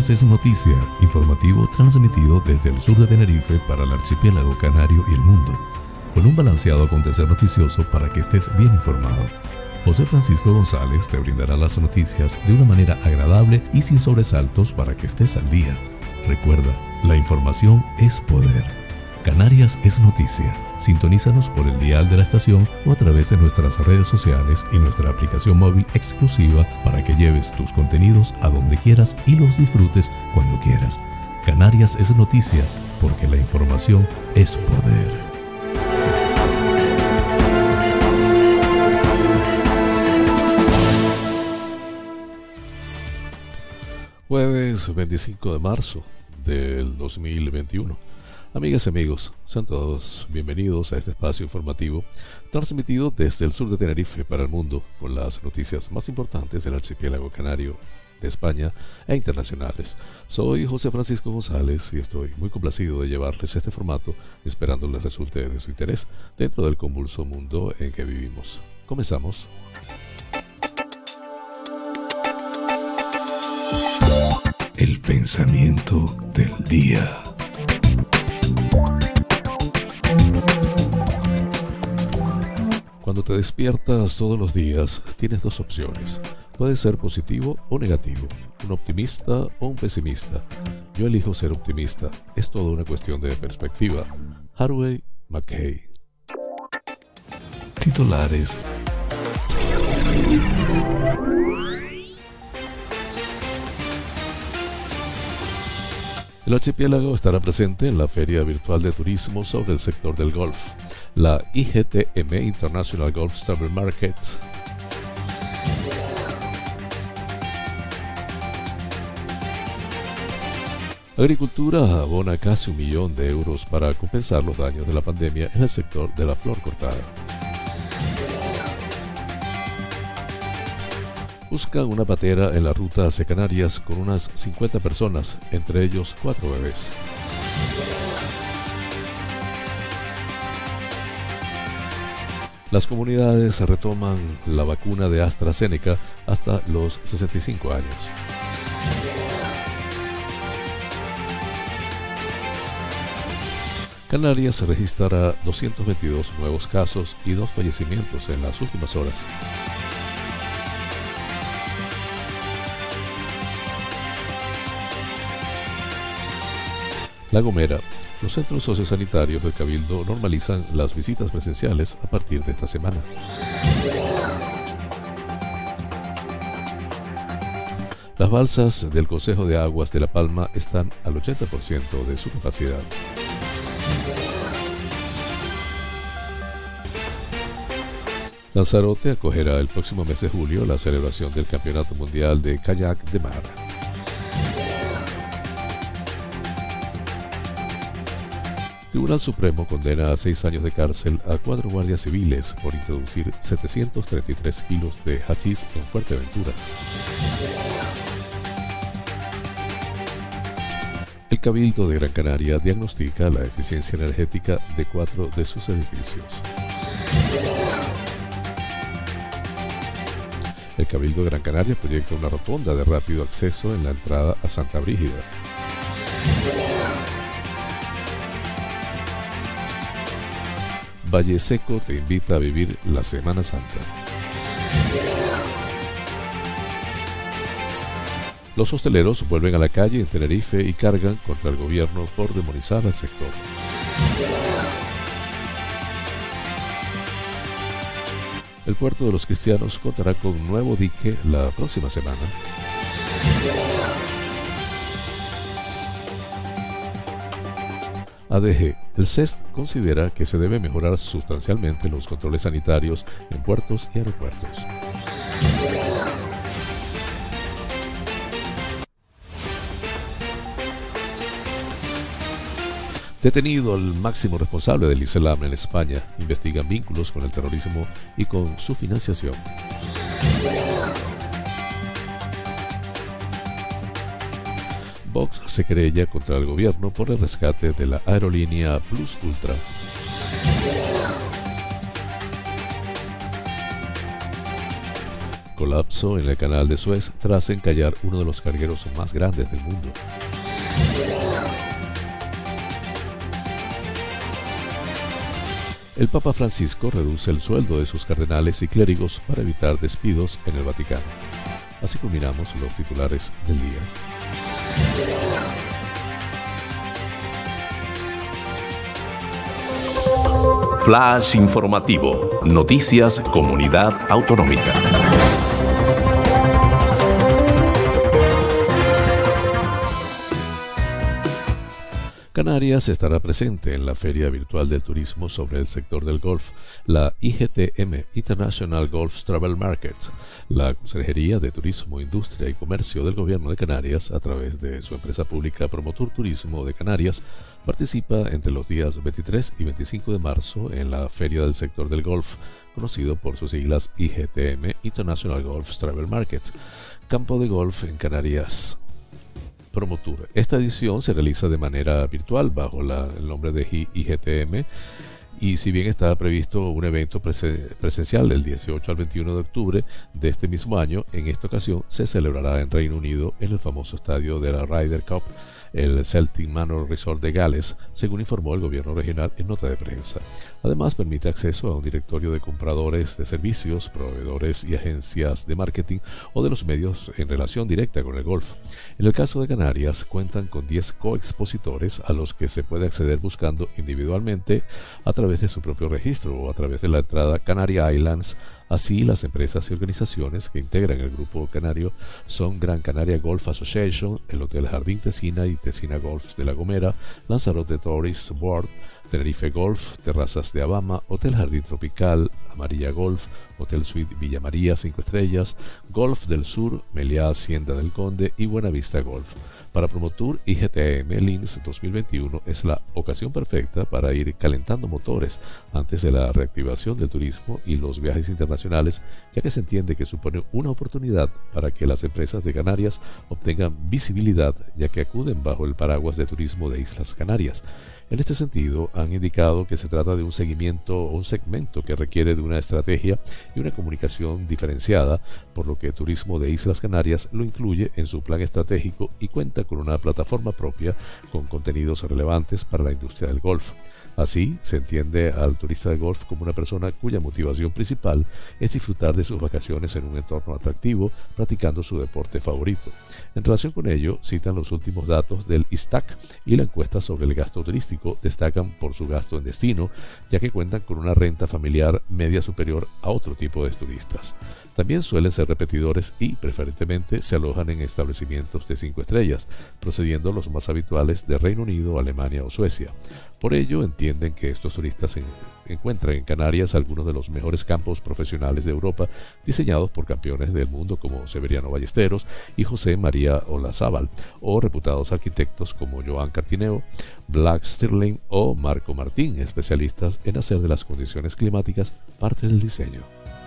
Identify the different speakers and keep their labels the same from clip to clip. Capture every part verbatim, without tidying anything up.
Speaker 1: Canarias es noticia, informativo transmitido desde el sur de Tenerife para el archipiélago canario y el mundo, con un balanceado acontecer noticioso para que estés bien informado. José Francisco González te brindará las noticias de una manera agradable y sin sobresaltos para que estés al día. Recuerda, la información es poder. Canarias es noticia. Sintonízanos por el dial de la estación o a través de nuestras redes sociales y nuestra aplicación móvil exclusiva para que lleves tus contenidos a donde quieras y los disfrutes cuando quieras. Canarias es noticia porque la información es poder.
Speaker 2: Jueves veinticinco de marzo del dos mil veintiuno. Amigas y amigos, sean todos bienvenidos a este espacio informativo transmitido desde el sur de Tenerife para el mundo con las noticias más importantes del archipiélago canario, de España e internacionales. Soy José Francisco González y estoy muy complacido de llevarles este formato, esperando les resulte de su interés dentro del convulso mundo en que vivimos. Comenzamos.
Speaker 1: El pensamiento del día.
Speaker 2: Cuando te despiertas todos los días, tienes dos opciones. Puede ser positivo o negativo, un optimista o un pesimista. Yo elijo ser optimista. Es toda una cuestión de perspectiva. Harvey Mackay.
Speaker 1: Titulares.
Speaker 2: El archipiélago estará presente en la Feria Virtual de Turismo sobre el sector del golf, la I G T M International Golf Summer Markets. Agricultura abona casi un millón de euros para compensar los daños de la pandemia en el sector de la flor cortada. Buscan una patera en la ruta hacia Canarias con unas cincuenta personas, entre ellos cuatro bebés. Las comunidades retoman la vacuna de AstraZeneca hasta los sesenta y cinco años. Canarias registrará doscientos veintidós nuevos casos y dos fallecimientos en las últimas horas. La Gomera. Los centros sociosanitarios del Cabildo normalizan las visitas presenciales a partir de esta semana. Las balsas del Consejo de Aguas de La Palma están al ochenta por ciento de su capacidad. Lanzarote acogerá el próximo mes de julio la celebración del Campeonato Mundial de Kayak de Mar. Tribunal Supremo condena a seis años de cárcel a cuatro guardias civiles por introducir setecientos treinta y tres kilos de hachís en Fuerteventura. El Cabildo de Gran Canaria diagnostica la eficiencia energética de cuatro de sus edificios. El Cabildo de Gran Canaria proyecta una rotonda de rápido acceso en la entrada a Santa Brígida. Valle Seco te invita a vivir la Semana Santa. Los hosteleros vuelven a la calle en Tenerife y cargan contra el gobierno por demonizar al sector. El puerto de los Cristianos contará con un nuevo dique la próxima semana. A D G. El C E S T considera que se debe mejorar sustancialmente los controles sanitarios en puertos y aeropuertos. Detenido el máximo responsable del Islam en España, investigan vínculos con el terrorismo y con su financiación. Vox se querella contra el gobierno por el rescate de la aerolínea Plus Ultra. colapso en el canal de Suez tras encallar uno de los cargueros más grandes del mundo. El Papa Francisco reduce el sueldo de sus cardenales y clérigos para evitar despidos en el Vaticano. Así culminamos los titulares del día.
Speaker 3: Flash informativo. Noticias Comunidad Autonómica.
Speaker 2: Canarias estará presente en la Feria Virtual del Turismo sobre el sector del golf, la I G T M, International Golf Travel Markets. La Consejería de Turismo, Industria y Comercio del Gobierno de Canarias, a través de su empresa pública Promotur Turismo de Canarias, participa entre los días veintitrés y veinticinco de marzo en la Feria del Sector del Golf, conocido por sus siglas I G T M, International Golf Travel Markets, campo de golf en Canarias. Promotur. Esta edición se realiza de manera virtual bajo la, el nombre de I G T M, y si bien estaba previsto un evento prese, presencial del dieciocho al veintiuno de octubre de este mismo año, en esta ocasión se celebrará en Reino Unido en el famoso estadio de la Ryder Cup, el Celtic Manor Resort de Gales, según informó el gobierno regional en nota de prensa. Además, permite acceso a un directorio de compradores de servicios, proveedores y agencias de marketing o de los medios en relación directa con el golf. En el caso de Canarias, cuentan con diez coexpositores a los que se puede acceder buscando individualmente a través de su propio registro o a través de la entrada Canary Islands. Así, las empresas y organizaciones que integran el grupo canario son Gran Canaria Golf Association, el Hotel Jardín Tesina y Tesina Golf de La Gomera, Lanzarote Tourist Board, Tenerife Golf, Terrazas de Abama, Hotel Jardín Tropical, Amarilla Golf, Hotel Suite Villa María cinco estrellas, Golf del Sur, Meliá Hacienda del Conde y Buenavista Golf. Para Promotur, I G T M Linz dos mil veintiuno es la ocasión perfecta para ir calentando motores antes de la reactivación del turismo y los viajes internacionales, ya que se entiende que supone una oportunidad para que las empresas de Canarias obtengan visibilidad, ya que acuden bajo el paraguas de turismo de Islas Canarias. En este sentido, han indicado que se trata de un seguimiento o un segmento que requiere de una estrategia y una comunicación diferenciada, por lo que Turismo de Islas Canarias lo incluye en su plan estratégico y cuenta con una plataforma propia con contenidos relevantes para la industria del golf. Así, se entiende al turista de golf como una persona cuya motivación principal es disfrutar de sus vacaciones en un entorno atractivo, practicando su deporte favorito. En relación con ello, citan los últimos datos del I S T A C y la encuesta sobre el gasto turístico destacan por su gasto en destino, ya que cuentan con una renta familiar media superior a otro tipo de turistas. También suelen ser repetidores y, preferentemente, se alojan en establecimientos de cinco estrellas, procediendo a los más habituales de Reino Unido, Alemania o Suecia. Por ello, entienden que estos turistas en, encuentran en Canarias algunos de los mejores campos profesionales de Europa, diseñados por campeones del mundo como Severiano Ballesteros y José María Olazábal, o reputados arquitectos como Joan Cartineo, Black Stirling o Marco Martín, especialistas en hacer de las condiciones climáticas parte del diseño.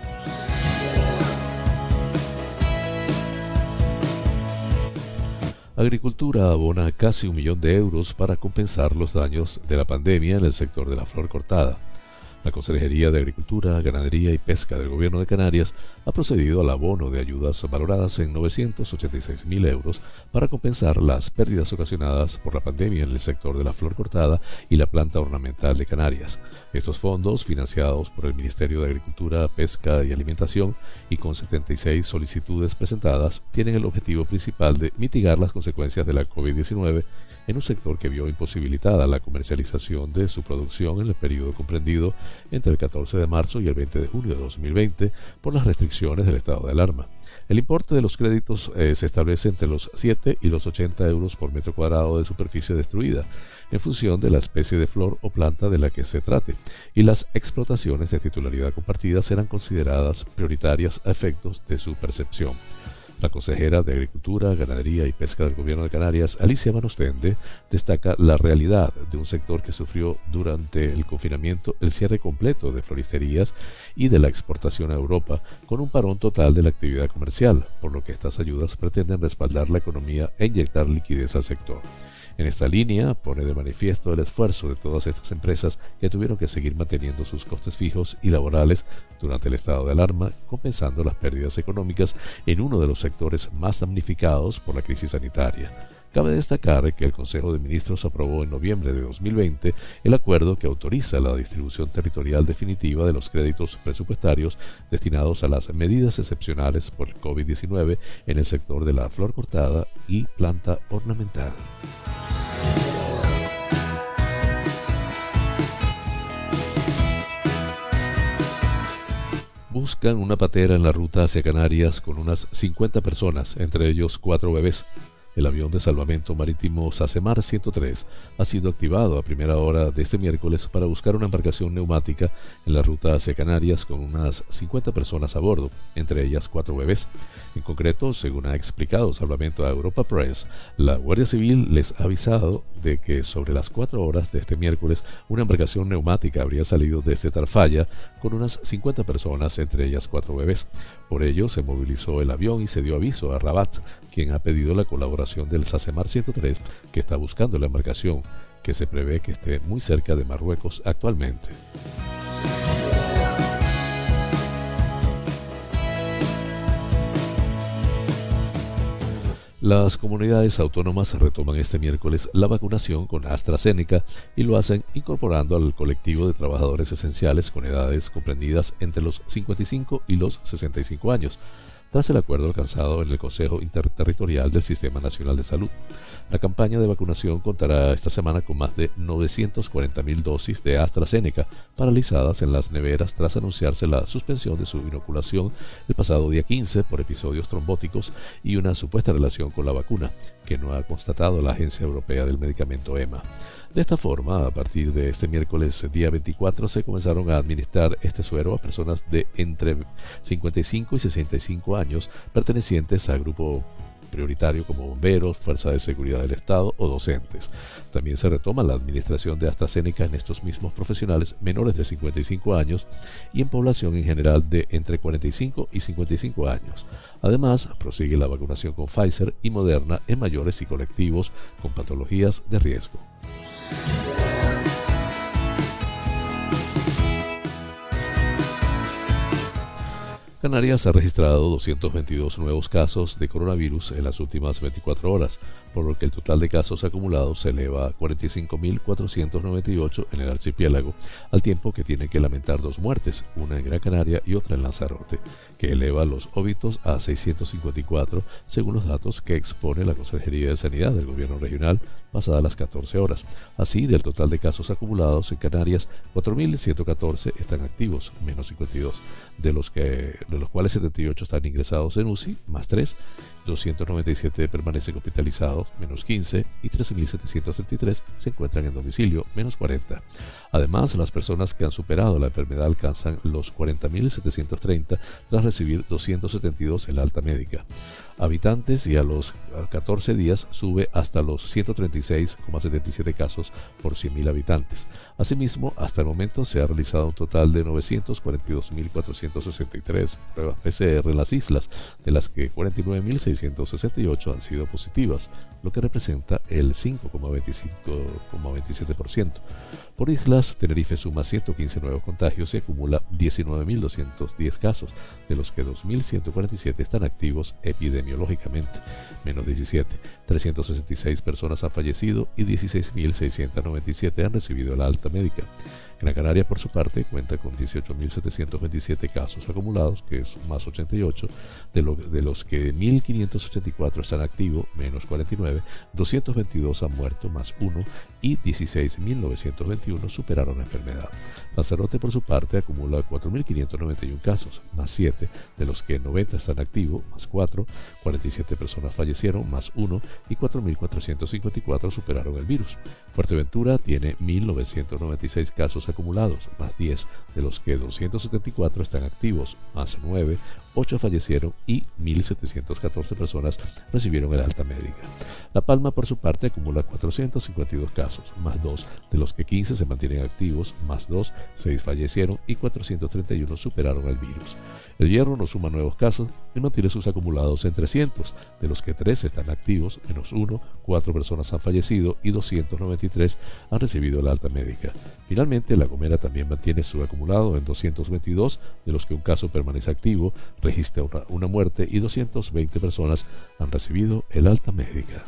Speaker 2: Agricultura abona casi un millón de euros para compensar los daños de la pandemia en el sector de la flor cortada. La Consejería de Agricultura, Ganadería y Pesca del Gobierno de Canarias ha procedido al abono de ayudas valoradas en novecientos ochenta y seis mil euros para compensar las pérdidas ocasionadas por la pandemia en el sector de la flor cortada y la planta ornamental de Canarias. Estos fondos, financiados por el Ministerio de Agricultura, Pesca y Alimentación y con setenta y seis solicitudes presentadas, tienen el objetivo principal de mitigar las consecuencias de la COVID diecinueve en un sector que vio imposibilitada la comercialización de su producción en el periodo comprendido entre el catorce de marzo y el veinte de junio de dos mil veinte por las restricciones del estado de alarma. El importe de los créditos eh, se establece entre los siete y los ochenta euros por metro cuadrado de superficie destruida, en función de la especie de flor o planta de la que se trate, y las explotaciones de titularidad compartida serán consideradas prioritarias a efectos de su percepción. La consejera de Agricultura, Ganadería y Pesca del Gobierno de Canarias, Alicia Manostende, destaca la realidad de un sector que sufrió durante el confinamiento el cierre completo de floristerías y de la exportación a Europa, con un parón total de la actividad comercial, por lo que estas ayudas pretenden respaldar la economía e inyectar liquidez al sector. En esta línea pone de manifiesto el esfuerzo de todas estas empresas que tuvieron que seguir manteniendo sus costes fijos y laborales durante el estado de alarma, compensando las pérdidas económicas en uno de los sectores más damnificados por la crisis sanitaria. Cabe destacar que el Consejo de Ministros aprobó en noviembre de dos mil veinte el acuerdo que autoriza la distribución territorial definitiva de los créditos presupuestarios destinados a las medidas excepcionales por el COVID diecinueve en el sector de la flor cortada y planta ornamental. Buscan una patera en la ruta hacia Canarias con unas cincuenta personas, entre ellos cuatro bebés. El avión de salvamento marítimo SACEMAR ciento tres ha sido activado a primera hora de este miércoles para buscar una embarcación neumática en la ruta hacia Canarias con unas cincuenta personas a bordo, entre ellas cuatro bebés. En concreto, según ha explicado Salvamento a Europa Press, la Guardia Civil les ha avisado de que sobre las cuatro horas de este miércoles una embarcación neumática habría salido desde Tarfaya con unas cincuenta personas, entre ellas cuatro bebés. Por ello, se movilizó el avión y se dio aviso a Rabat, quien ha pedido la colaboración del SACEMAR ciento tres, que está buscando la embarcación, que se prevé que esté muy cerca de Marruecos actualmente. Las comunidades autónomas retoman este miércoles la vacunación con AstraZeneca y lo hacen incorporando al colectivo de trabajadores esenciales con edades comprendidas entre los cincuenta y cinco y los sesenta y cinco años, tras el acuerdo alcanzado en el Consejo Interterritorial del Sistema Nacional de Salud. La campaña de vacunación contará esta semana con más de novecientas cuarenta mil dosis de AstraZeneca paralizadas en las neveras tras anunciarse la suspensión de su inoculación el pasado día quince por episodios trombóticos y una supuesta relación con la vacuna, que no ha constatado la Agencia Europea del Medicamento EMA. De esta forma, a partir de este miércoles día veinticuatro, se comenzaron a administrar este suero a personas de entre cincuenta y cinco y sesenta y cinco años pertenecientes a grupo prioritario como bomberos, Fuerza de Seguridad del Estado o docentes. También se retoma la administración de AstraZeneca en estos mismos profesionales menores de cincuenta y cinco años y en población en general de entre cuarenta y cinco y cincuenta y cinco años. Además, prosigue la vacunación con Pfizer y Moderna en mayores y colectivos con patologías de riesgo. Canarias ha registrado doscientos veintidós nuevos casos de coronavirus en las últimas veinticuatro horas, por lo que el total de casos acumulados se eleva a cuarenta y cinco mil cuatrocientos noventa y ocho en el archipiélago, al tiempo que tiene que lamentar dos muertes, una en Gran Canaria y otra en Lanzarote, que eleva los óbitos a seiscientos cincuenta y cuatro, según los datos que expone la Consejería de Sanidad del Gobierno Regional pasadas las catorce horas. Así, del total de casos acumulados en Canarias, cuatro mil ciento catorce están activos, menos cincuenta y dos, de los que de los cuales setenta y ocho están ingresados en U C I, más tres, doscientos noventa y siete permanecen hospitalizados, menos quince, y trece mil setecientos treinta y tres se encuentran en domicilio, menos cuarenta. Además, las personas que han superado la enfermedad alcanzan los cuarenta mil setecientos treinta tras recibir doscientos setenta y dos en la alta médica. Habitantes, y a los catorce días sube hasta los ciento treinta y seis coma setenta y siete casos por cien mil habitantes. Asimismo, hasta el momento se ha realizado un total de novecientos cuarenta y dos mil cuatrocientos sesenta y tres pruebas P C R en las islas, de las que cuarenta y nueve mil seiscientos sesenta y ocho han sido positivas, lo que representa el cinco coma veintisiete por ciento. Por islas, Tenerife suma ciento quince nuevos contagios y acumula diecinueve mil doscientos diez casos, de los que dos mil ciento cuarenta y siete están activos epidemiológicamente, menos diecisiete. trescientas sesenta y seis personas han fallecido y dieciséis mil seiscientos noventa y siete han recibido la alta médica. Gran Canaria, por su parte, cuenta con dieciocho mil setecientos veintisiete casos acumulados, que es más ochenta y ocho, de, lo, de los que mil quinientos ochenta y cuatro están activos, menos cuarenta y nueve, doscientos veintidós han muerto, más uno, y dieciséis mil novecientos veintiuno superaron la enfermedad. Lanzarote, por su parte, acumula cuatro mil quinientos noventa y uno casos, más siete, de los que noventa están activos, más cuatro, cuarenta y siete personas fallecieron, más uno, y cuatro mil cuatrocientos cincuenta y cuatro superaron el virus. Fuerteventura tiene mil novecientos noventa y seis casos acumulados, más diez, de los que doscientos setenta y cuatro están activos, más nueve, ocho fallecieron y mil setecientas catorce personas recibieron el alta médica. La Palma, por su parte, acumula cuatrocientos cincuenta y dos casos, casos, más dos, de los que quince se mantienen activos, más dos, seis fallecieron y cuatrocientos treinta y uno superaron el virus. El Hierro no suma nuevos casos y mantiene sus acumulados en trescientos, de los que tres están activos, menos uno, cuatro personas han fallecido y doscientos noventa y tres han recibido el alta médica. Finalmente, La Gomera también mantiene su acumulado en doscientos veintidós, de los que un caso permanece activo, registra una, una muerte y doscientas veinte personas han recibido el alta médica.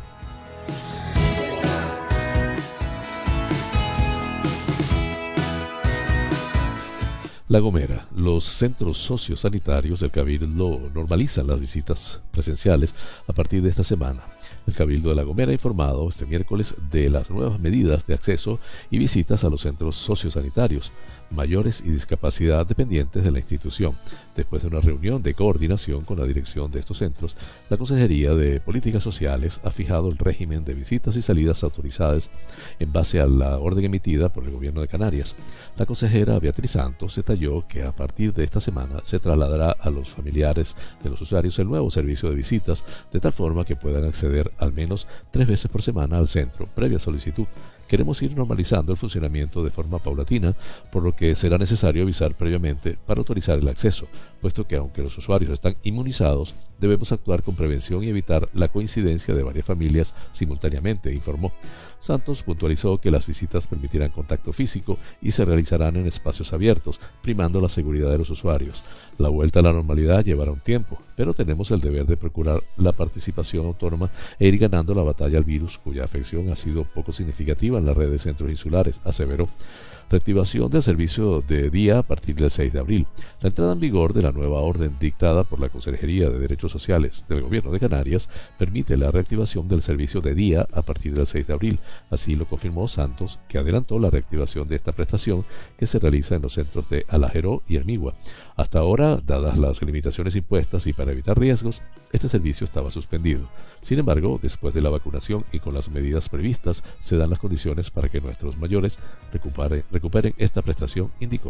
Speaker 2: La Gomera. Los centros sociosanitarios del Cabildo normalizan las visitas presenciales a partir de esta semana. El Cabildo de La Gomera ha informado este miércoles de las nuevas medidas de acceso y visitas a los centros sociosanitarios, mayores y discapacidad dependientes de la institución. Después de una reunión de coordinación con la dirección de estos centros, la Consejería de Políticas Sociales ha fijado el régimen de visitas y salidas autorizadas en base a la orden emitida por el Gobierno de Canarias. La consejera Beatriz Santos detalló que a partir de esta semana se trasladará a los familiares de los usuarios el nuevo servicio de visitas, de tal forma que puedan acceder al menos tres veces por semana al centro, previa solicitud. Queremos ir normalizando el funcionamiento de forma paulatina, por lo que será necesario avisar previamente para autorizar el acceso, puesto que aunque los usuarios están inmunizados, debemos actuar con prevención y evitar la coincidencia de varias familias simultáneamente, informó. Santos puntualizó que las visitas permitirán contacto físico y se realizarán en espacios abiertos, primando la seguridad de los usuarios. La vuelta a la normalidad llevará un tiempo, pero tenemos el deber de procurar la participación autónoma e ir ganando la batalla al virus, cuya afección ha sido poco significativa en la red de centros insulares, aseveró. Reactivación del servicio de día a partir del seis de abril. La entrada en vigor de la nueva orden dictada por la Consejería de Derechos Sociales del Gobierno de Canarias permite la reactivación del servicio de día a partir del seis de abril. Así lo confirmó Santos, que adelantó la reactivación de esta prestación que se realiza en los centros de Alajeró y Hermigua. Hasta ahora, dadas las limitaciones impuestas y para evitar riesgos, este servicio estaba suspendido. Sin embargo, después de la vacunación y con las medidas previstas, se dan las condiciones para que nuestros mayores recuperen, recuperen esta prestación, indicó.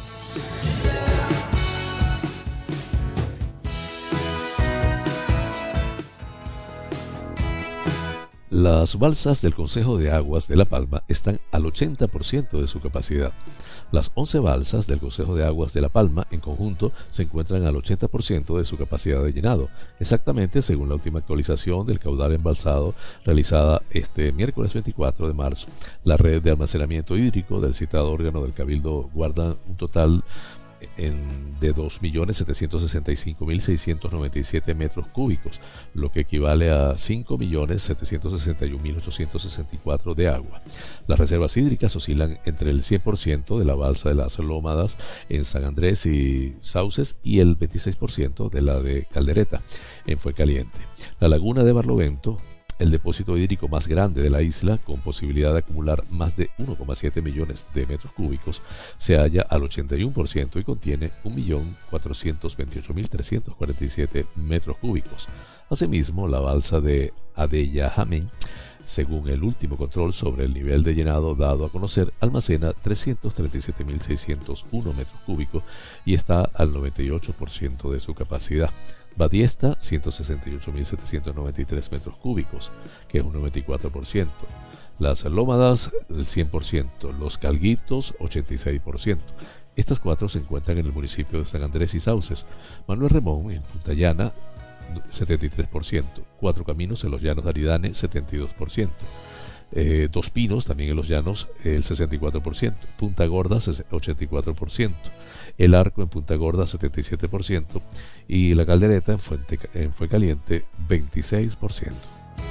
Speaker 2: Las balsas del Consejo de Aguas de La Palma están al ochenta por ciento de su capacidad. Las once balsas del Consejo de Aguas de La Palma, en conjunto, se encuentran al ochenta por ciento de su capacidad de llenado, exactamente según la última actualización del caudal embalsado realizada este miércoles veinticuatro de marzo. La red de almacenamiento hídrico del citado órgano del Cabildo guarda un total En, de dos millones setecientos sesenta y cinco mil seiscientos noventa y siete metros cúbicos, lo que equivale a cinco millones setecientos sesenta y un mil ochocientos sesenta y cuatro de agua. Las reservas hídricas oscilan entre el cien por ciento de la balsa de las Lómadas en San Andrés y Sauces y el veintiséis por ciento de la de Caldereta en Fuecaliente. La laguna de Barlovento, el depósito hídrico más grande de la isla, con posibilidad de acumular más de uno coma siete millones de metros cúbicos, se halla al ochenta y uno por ciento y contiene un millón cuatrocientos veintiocho mil trescientos cuarenta y siete metros cúbicos. Asimismo, la balsa de Adeyajamén, según el último control sobre el nivel de llenado dado a conocer, almacena trescientos treinta y siete mil seiscientos uno metros cúbicos y está al noventa y ocho por ciento de su capacidad. Badiesta, ciento sesenta y ocho mil setecientos noventa y tres metros cúbicos, que es un noventa y cuatro por ciento. Las Lómadas, el cien por ciento. Los Calguitos, ochenta y seis por ciento. Estas cuatro se encuentran en el municipio de San Andrés y Sauces. Manuel Remón, en Punta Llana, setenta y tres por ciento. Cuatro Caminos en los Llanos de Aridane, setenta y dos por ciento. Eh, Dos Pinos, también en los Llanos, el sesenta y cuatro por ciento. Punta Gorda, ochenta y cuatro por ciento. El Arco en Punta Gorda, setenta y siete por ciento. Y la Caldereta en, Fuente, en Fuecaliente, veintiséis por ciento.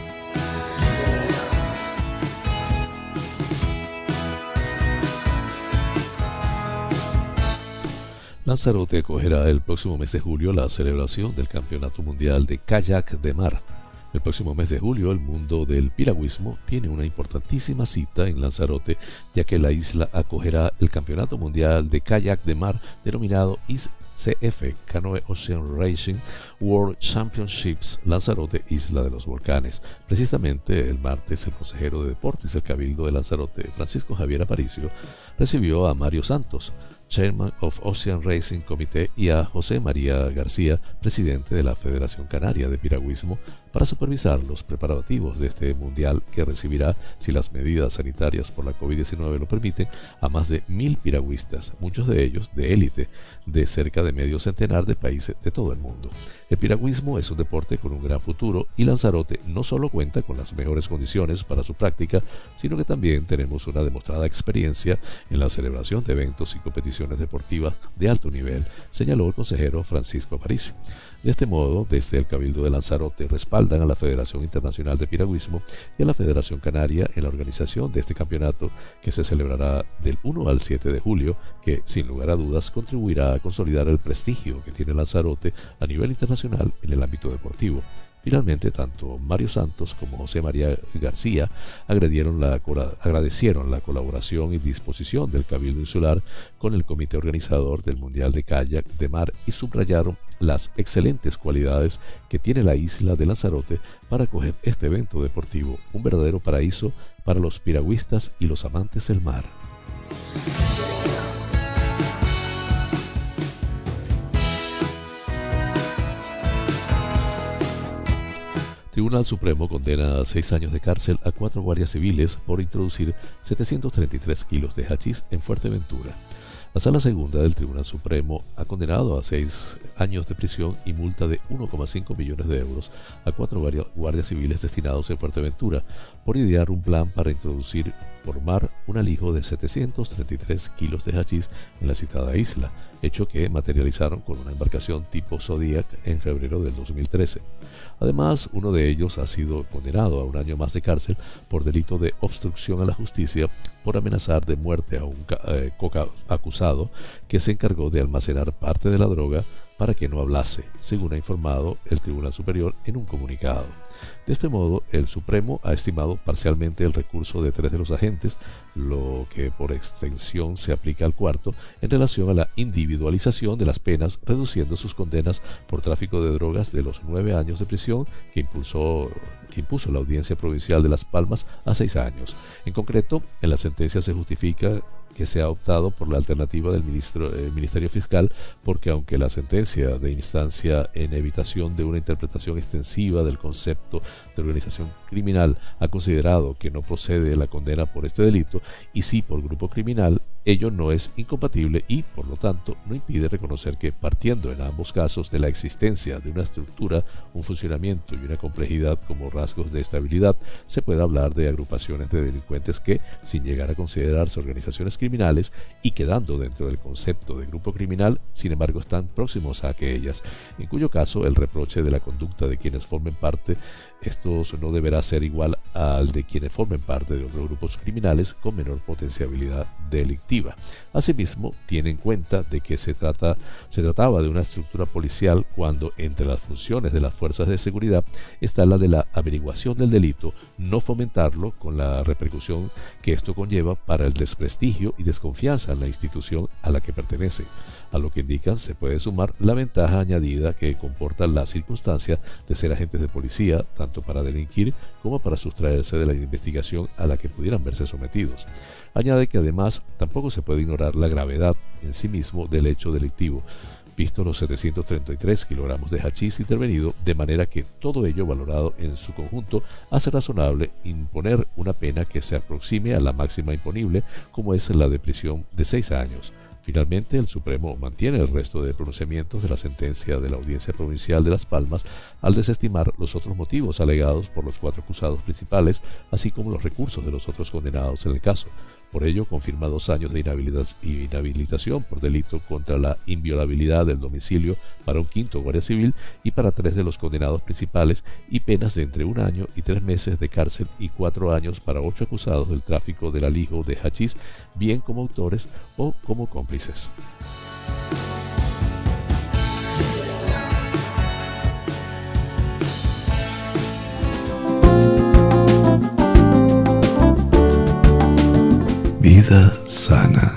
Speaker 2: Lanzarote acogerá el próximo mes de julio la celebración del Campeonato Mundial de Kayak de Mar. El próximo mes de julio, el mundo del piragüismo tiene una importantísima cita en Lanzarote, ya que la isla acogerá el Campeonato Mundial de Kayak de Mar denominado I C F, Canoe Ocean Racing World Championships Lanzarote, Isla de los Volcanes. Precisamente el martes, el consejero de Deportes del Cabildo de Lanzarote, Francisco Javier Aparicio, recibió a Mario Santos, Chairman of Ocean Racing Committee, y a José María García, presidente de la Federación Canaria de Piragüismo, para supervisar los preparativos de este mundial que recibirá, si las medidas sanitarias por la COVID diecinueve lo permiten, a más de mil piragüistas, muchos de ellos de élite, de cerca de medio centenar de países de todo el mundo. El piragüismo es un deporte con un gran futuro y Lanzarote no solo cuenta con las mejores condiciones para su práctica, sino que también tenemos una demostrada experiencia en la celebración de eventos y competiciones deportivas de alto nivel, señaló el consejero Francisco Aparicio. De este modo, desde el Cabildo de Lanzarote respaldan a la Federación Internacional de Piragüismo y a la Federación Canaria en la organización de este campeonato que se celebrará del uno al siete de julio, que sin lugar a dudas contribuirá a consolidar el prestigio que tiene Lanzarote a nivel internacional en el ámbito deportivo. Finalmente, tanto Mario Santos como José María García agradecieron la, agradecieron la colaboración y disposición del Cabildo Insular con el comité organizador del Mundial de Kayak de Mar y subrayaron las excelentes cualidades que tiene la isla de Lanzarote para acoger este evento deportivo, un verdadero paraíso para los piragüistas y los amantes del mar. Tribunal Supremo condena a seis años de cárcel a cuatro guardias civiles por introducir setecientos treinta y tres kilos de hachís en Fuerteventura. La Sala Segunda del Tribunal Supremo ha condenado a seis años de prisión y multa de uno coma cinco millones de euros a cuatro guardias civiles destinados en Fuerteventura por idear un plan para introducir por mar un alijo de setecientos treinta y tres kilos de hachís en la citada isla, hecho que materializaron con una embarcación tipo Zodiac en febrero del dos mil trece. Además, uno de ellos ha sido condenado a un año más de cárcel por delito de obstrucción a la justicia por amenazar de muerte a un eh, coca acusado que se encargó de almacenar parte de la droga para que no hablase, según ha informado el Tribunal Superior en un comunicado. De este modo, el Supremo ha estimado parcialmente el recurso de tres de los agentes, lo que por extensión se aplica al cuarto, en relación a la individualización de las penas, reduciendo sus condenas por tráfico de drogas de los nueve años de prisión que impulsó, que impuso la Audiencia Provincial de Las Palmas a seis años. En concreto, en la sentencia se justifica que se ha optado por la alternativa del ministro, eh, Ministerio Fiscal, porque aunque la sentencia de instancia en evitación de una interpretación extensiva del concepto de organización criminal ha considerado que no procede la condena por este delito y sí por grupo criminal, ello no es incompatible y, por lo tanto, no impide reconocer que, partiendo en ambos casos de la existencia de una estructura, un funcionamiento y una complejidad como rasgos de estabilidad, se puede hablar de agrupaciones de delincuentes que, sin llegar a considerarse organizaciones criminales y quedando dentro del concepto de grupo criminal, sin embargo están próximos a aquellas, en cuyo caso el reproche de la conducta de quienes formen parte, estos no deberá ser igual al de quienes formen parte de otros grupos criminales con menor potencialidad delictiva. Asimismo, tiene en cuenta de que se, trata, se trataba de una estructura policial cuando entre las funciones de las fuerzas de seguridad está la de la averiguación del delito, no fomentarlo con la repercusión que esto conlleva para el desprestigio y desconfianza en la institución a la que pertenece. A lo que indican se puede sumar la ventaja añadida que comporta la circunstancia de ser agentes de policía, tanto para delinquir como para sustraerse de la investigación a la que pudieran verse sometidos. Añade que además tampoco se puede ignorar la gravedad en sí mismo del hecho delictivo, visto los setecientos treinta y tres kilogramos de hachís intervenido, de manera que todo ello valorado en su conjunto hace razonable imponer una pena que se aproxime a la máxima imponible, como es la de prisión de seis años. Finalmente, el Supremo mantiene el resto de pronunciamientos de la sentencia de la Audiencia Provincial de Las Palmas al desestimar los otros motivos alegados por los cuatro acusados principales, así como los recursos de los otros condenados en el caso. Por ello, confirma dos años de inhabilitación por delito contra la inviolabilidad del domicilio para un quinto guardia civil y para tres de los condenados principales y penas de entre un año y tres meses de cárcel y cuatro años para ocho acusados del tráfico del alijo de hachís, bien como autores o como cómplices.
Speaker 1: Vida sana.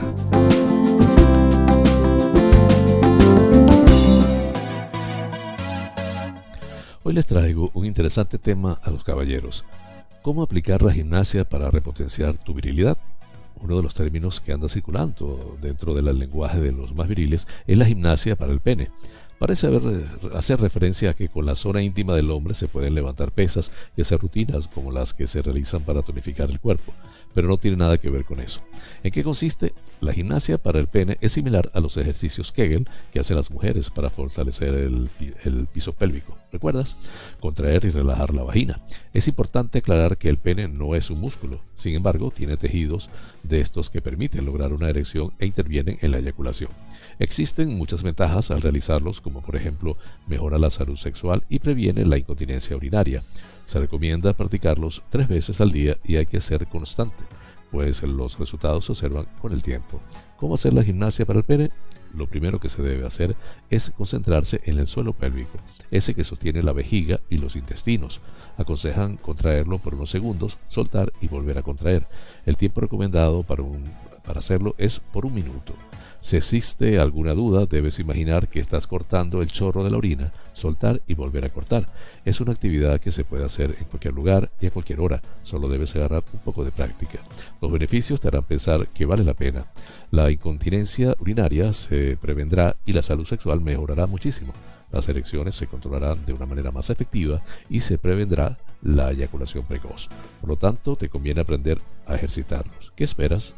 Speaker 2: Hoy les traigo un interesante tema a los caballeros. ¿Cómo aplicar la gimnasia para repotenciar tu virilidad? Uno de los términos que anda circulando dentro del lenguaje de los más viriles es la gimnasia para el pene. Parece haber, hacer referencia a que con la zona íntima del hombre se pueden levantar pesas y hacer rutinas como las que se realizan para tonificar el cuerpo, pero no tiene nada que ver con eso. ¿En qué consiste? La gimnasia para el pene es similar a los ejercicios Kegel que hacen las mujeres para fortalecer el, el piso pélvico. ¿Recuerdas? Contraer y relajar la vagina. Es importante aclarar que el pene no es un músculo, sin embargo tiene tejidos de estos que permiten lograr una erección e intervienen en la eyaculación. Existen muchas ventajas al realizarlos, como por ejemplo mejora la salud sexual y previene la incontinencia urinaria. Se recomienda practicarlos tres veces al día y hay que ser constante, pues los resultados se observan con el tiempo. ¿Cómo hacer la gimnasia para el pene? Lo primero que se debe hacer es concentrarse en el suelo pélvico, ese que sostiene la vejiga y los intestinos. Aconsejan contraerlo por unos segundos, soltar y volver a contraer. El tiempo recomendado para, un, para hacerlo es por un minuto. Si existe alguna duda, debes imaginar que estás cortando el chorro de la orina, soltar y volver a cortar. Es una actividad que se puede hacer en cualquier lugar y a cualquier hora, solo debes agarrar un poco de práctica. Los beneficios te harán pensar que vale la pena. La incontinencia urinaria se prevendrá y la salud sexual mejorará muchísimo. Las erecciones se controlarán de una manera más efectiva y se prevendrá la eyaculación precoz. Por lo tanto, te conviene aprender a ejercitarlos. ¿Qué esperas?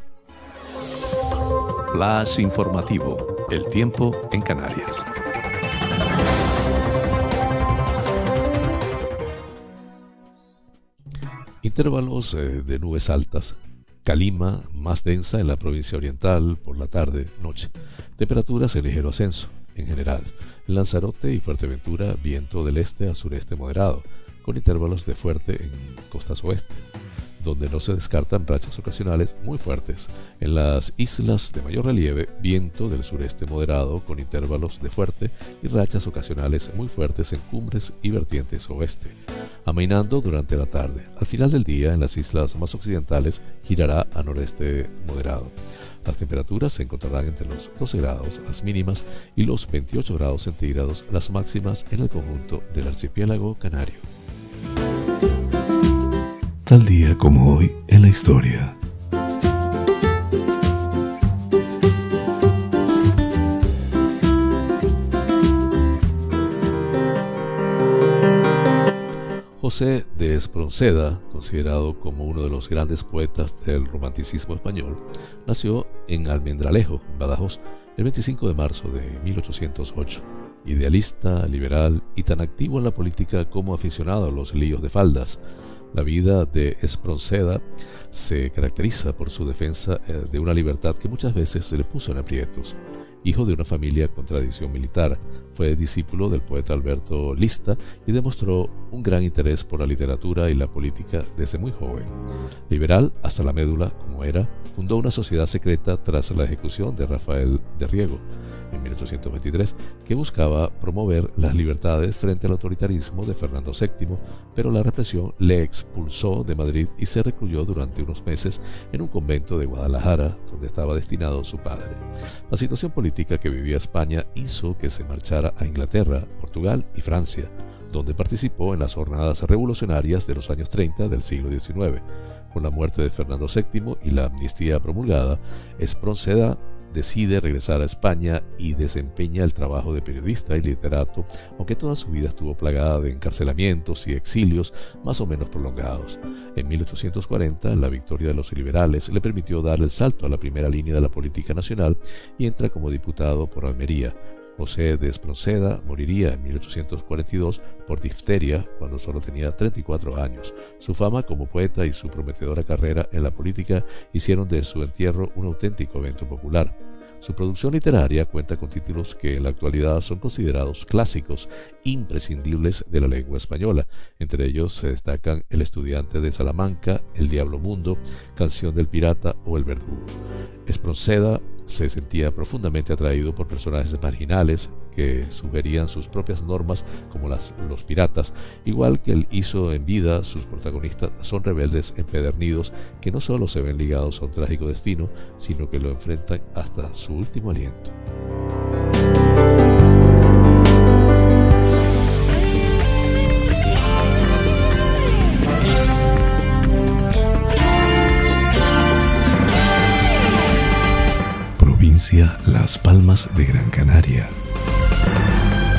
Speaker 3: Flash informativo. El tiempo en Canarias.
Speaker 2: Intervalos eh, de nubes altas. Calima más densa en la provincia oriental por la tarde, noche. Temperaturas en ligero ascenso. En general, en Lanzarote y Fuerteventura, viento del este a sureste moderado, con intervalos de fuerte en costas oeste, donde no se descartan rachas ocasionales muy fuertes. En las islas de mayor relieve, viento del sureste moderado con intervalos de fuerte y rachas ocasionales muy fuertes en cumbres y vertientes oeste. Amainando durante la tarde. Al final del día, en las islas más occidentales, girará a noreste moderado. Las temperaturas se encontrarán entre los doce grados las mínimas y los veintiocho grados centígrados las máximas en el conjunto del archipiélago canario.
Speaker 1: Tal día como hoy en la historia.
Speaker 2: José de Espronceda, considerado como uno de los grandes poetas del romanticismo español, nació en Almendralejo, Badajoz, el veinticinco de marzo de mil ochocientos ocho. Idealista, liberal y tan activo en la política como aficionado a los líos de faldas. La vida de Espronceda se caracteriza por su defensa de una libertad que muchas veces se le puso en aprietos. Hijo de una familia con tradición militar, fue discípulo del poeta Alberto Lista y demostró un gran interés por la literatura y la política desde muy joven. Liberal hasta la médula, como era, fundó una sociedad secreta tras la ejecución de Rafael de Riego en mil ochocientos veintitrés, que buscaba promover las libertades frente al autoritarismo de Fernando séptimo, pero la represión le expulsó de Madrid y se recluyó durante unos meses en un convento de Guadalajara, donde estaba destinado su padre. La situación política que vivía España hizo que se marchara a Inglaterra, Portugal y Francia, donde participó en las jornadas revolucionarias de los años treinta del siglo diecinueve. Con la muerte de Fernando séptimo y la amnistía promulgada, Espronceda decide regresar a España y desempeña el trabajo de periodista y literato, aunque toda su vida estuvo plagada de encarcelamientos y exilios más o menos prolongados. En mil ochocientos cuarenta, la victoria de los liberales le permitió dar el salto a la primera línea de la política nacional y entra como diputado por Almería. José de Espronceda moriría en mil ochocientos cuarenta y dos por difteria cuando solo tenía treinta y cuatro años. Su fama como poeta y su prometedora carrera en la política hicieron de su entierro un auténtico evento popular. Su producción literaria cuenta con títulos que en la actualidad son considerados clásicos imprescindibles de la lengua española. Entre ellos se destacan El estudiante de Salamanca, El diablo mundo, Canción del pirata o El verdugo. Espronceda se sentía profundamente atraído por personajes marginales que sugerían sus propias normas como las, los piratas. Igual que él hizo en vida, sus protagonistas son rebeldes empedernidos que no solo se ven ligados a un trágico destino, sino que lo enfrentan hasta su último aliento.
Speaker 1: Provincia Las Palmas de Gran Canaria.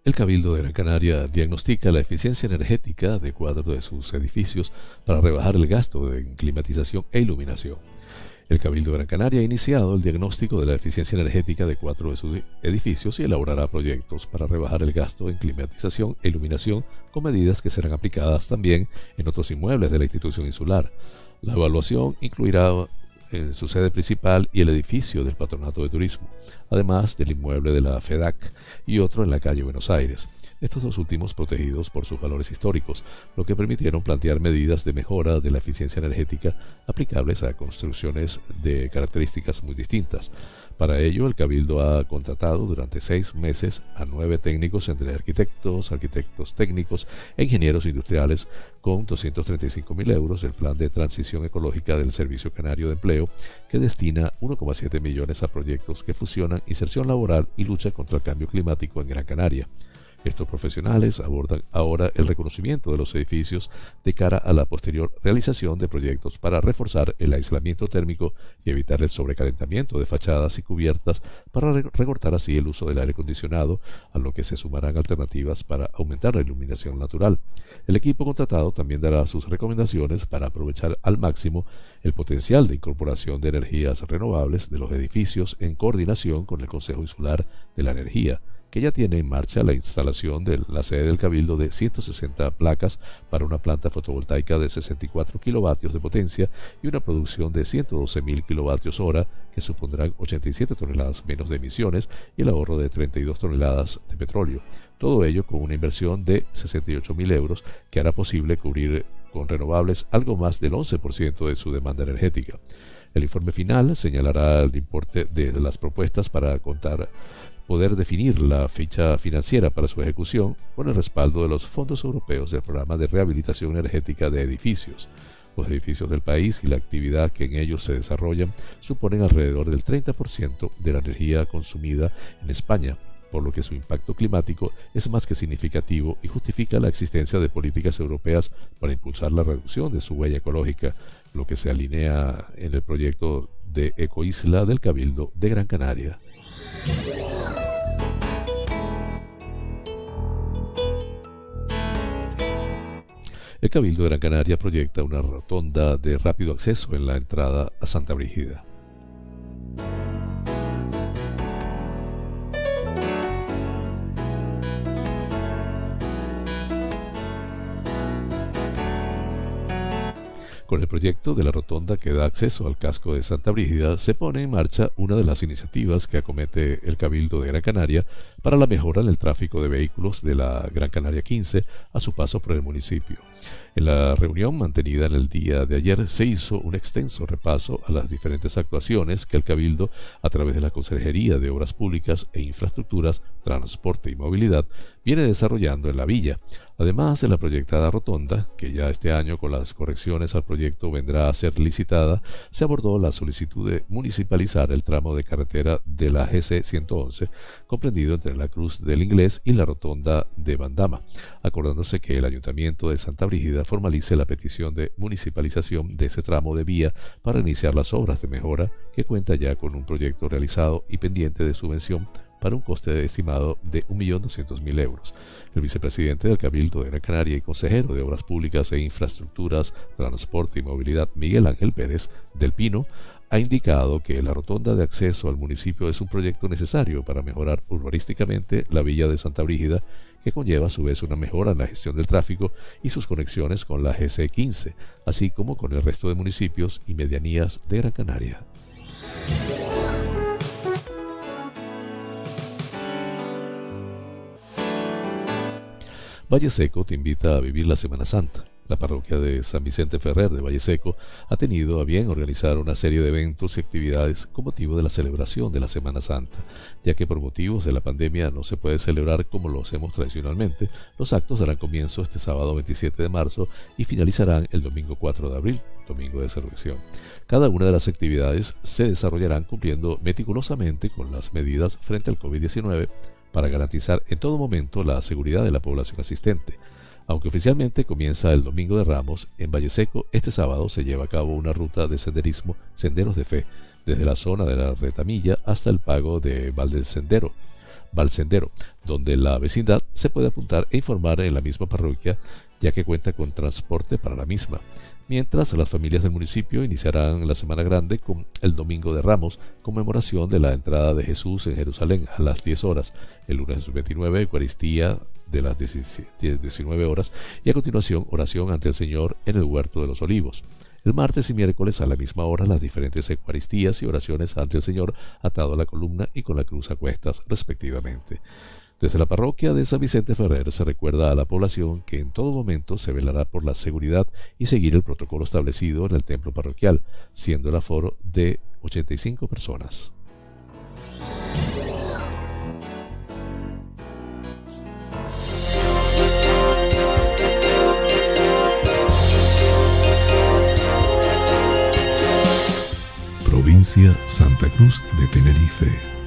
Speaker 2: El Cabildo de Gran Canaria diagnostica la eficiencia energética de cuatro de sus edificios para rebajar el gasto de climatización e iluminación. El Cabildo de Gran Canaria ha iniciado el diagnóstico de la eficiencia energética de cuatro de sus edificios y elaborará proyectos para rebajar el gasto en climatización e iluminación con medidas que serán aplicadas también en otros inmuebles de la institución insular. La evaluación incluirá en su sede principal y el edificio del Patronato de Turismo, además del inmueble de la FEDAC y otro en la calle Buenos Aires, estos dos últimos protegidos por sus valores históricos, lo que permitieron plantear medidas de mejora de la eficiencia energética aplicables a construcciones de características muy distintas. Para ello, el Cabildo ha contratado durante seis meses a nueve técnicos entre arquitectos, arquitectos técnicos e ingenieros industriales con doscientos treinta y cinco mil euros del Plan de Transición Ecológica del Servicio Canario de Empleo, que destina uno coma siete millones a proyectos que fusionan inserción laboral y lucha contra el cambio climático en Gran Canaria. Estos profesionales abordan ahora el reconocimiento de los edificios de cara a la posterior realización de proyectos para reforzar el aislamiento térmico y evitar el sobrecalentamiento de fachadas y cubiertas para recortar así el uso del aire acondicionado, a lo que se sumarán alternativas para aumentar la iluminación natural. El equipo contratado también dará sus recomendaciones para aprovechar al máximo el potencial de incorporación de energías renovables de los edificios en coordinación con el Consejo Insular de la Energía, que ya tiene en marcha la instalación de la sede del Cabildo de ciento sesenta placas para una planta fotovoltaica de sesenta y cuatro kilovatios de potencia y una producción de ciento doce mil kilovatios hora, que supondrán ochenta y siete toneladas menos de emisiones y el ahorro de treinta y dos toneladas de petróleo. Todo ello con una inversión de sesenta y ocho mil euros que hará posible cubrir con renovables algo más del once por ciento de su demanda energética. El informe final señalará el importe de las propuestas para contar poder definir la ficha financiera para su ejecución con el respaldo de los fondos europeos del Programa de Rehabilitación Energética de Edificios. Los edificios del país y la actividad que en ellos se desarrollan suponen alrededor del treinta por ciento de la energía consumida en España, por lo que su impacto climático es más que significativo y justifica la existencia de políticas europeas para impulsar la reducción de su huella ecológica, lo que se alinea en el proyecto de Ecoisla del Cabildo de Gran Canaria. El Cabildo de Gran Canaria proyecta una rotonda de rápido acceso en la entrada a Santa Brígida. Con el proyecto de la rotonda que da acceso al casco de Santa Brígida, se pone en marcha una de las iniciativas que acomete el Cabildo de Gran Canaria para la mejora en el tráfico de vehículos de la Gran Canaria quince a su paso por el municipio. En la reunión mantenida en el día de ayer se hizo un extenso repaso a las diferentes actuaciones que el Cabildo, a través de la Consejería de Obras Públicas e Infraestructuras, Transporte y Movilidad, viene desarrollando en la villa, además de la proyectada rotonda, que ya este año con las correcciones al proyecto vendrá a ser licitada. Se abordó la solicitud de municipalizar el tramo de carretera de la G C ciento once, comprendido entre la Cruz del Inglés y la rotonda de Bandama, acordándose que el Ayuntamiento de Santa Brígida formalice la petición de municipalización de ese tramo de vía para iniciar las obras de mejora, que cuenta ya con un proyecto realizado y pendiente de subvención para un coste estimado de un millón doscientos mil euros. El vicepresidente del Cabildo de Gran Canaria y consejero de Obras Públicas e Infraestructuras, Transporte y Movilidad, Miguel Ángel Pérez del Pino, ha indicado que la rotonda de acceso al municipio es un proyecto necesario para mejorar urbanísticamente la villa de Santa Brígida, que conlleva a su vez una mejora en la gestión del tráfico y sus conexiones con la G C quince, así como con el resto de municipios y medianías de Gran Canaria. Valle Seco te invita a vivir la Semana Santa. La parroquia de San Vicente Ferrer de Valle Seco ha tenido a bien organizar una serie de eventos y actividades con motivo de la celebración de la Semana Santa, ya que por motivos de la pandemia no se puede celebrar como lo hacemos tradicionalmente. Los actos darán comienzo este sábado veintisiete de marzo y finalizarán el domingo cuatro de abril, domingo de resurrección. Cada una de las actividades se desarrollarán cumpliendo meticulosamente con las medidas frente al COVID diecinueve para garantizar en todo momento la seguridad de la población asistente. Aunque oficialmente comienza el Domingo de Ramos, en Valle Seco este sábado se lleva a cabo una ruta de senderismo Senderos de Fe, desde la zona de la Retamilla hasta el pago de Valdesendero. Valsendero, donde la vecindad se puede apuntar e informar en la misma parroquia, ya que cuenta con transporte para la misma. Mientras, las familias del municipio iniciarán la Semana Grande con el Domingo de Ramos, conmemoración de la entrada de Jesús en Jerusalén a las diez horas, el lunes veintinueve, Eucaristía de las diecinueve horas y a continuación oración ante el Señor en el Huerto de los Olivos. El martes y miércoles a la misma hora las diferentes Eucaristías y oraciones ante el Señor atado a la columna y con la cruz a cuestas respectivamente. Desde la parroquia de San Vicente Ferrer se recuerda a la población que en todo momento se velará por la seguridad y seguir el protocolo establecido en el templo parroquial, siendo el aforo de ochenta y cinco personas.
Speaker 1: Provincia Santa Cruz de Tenerife.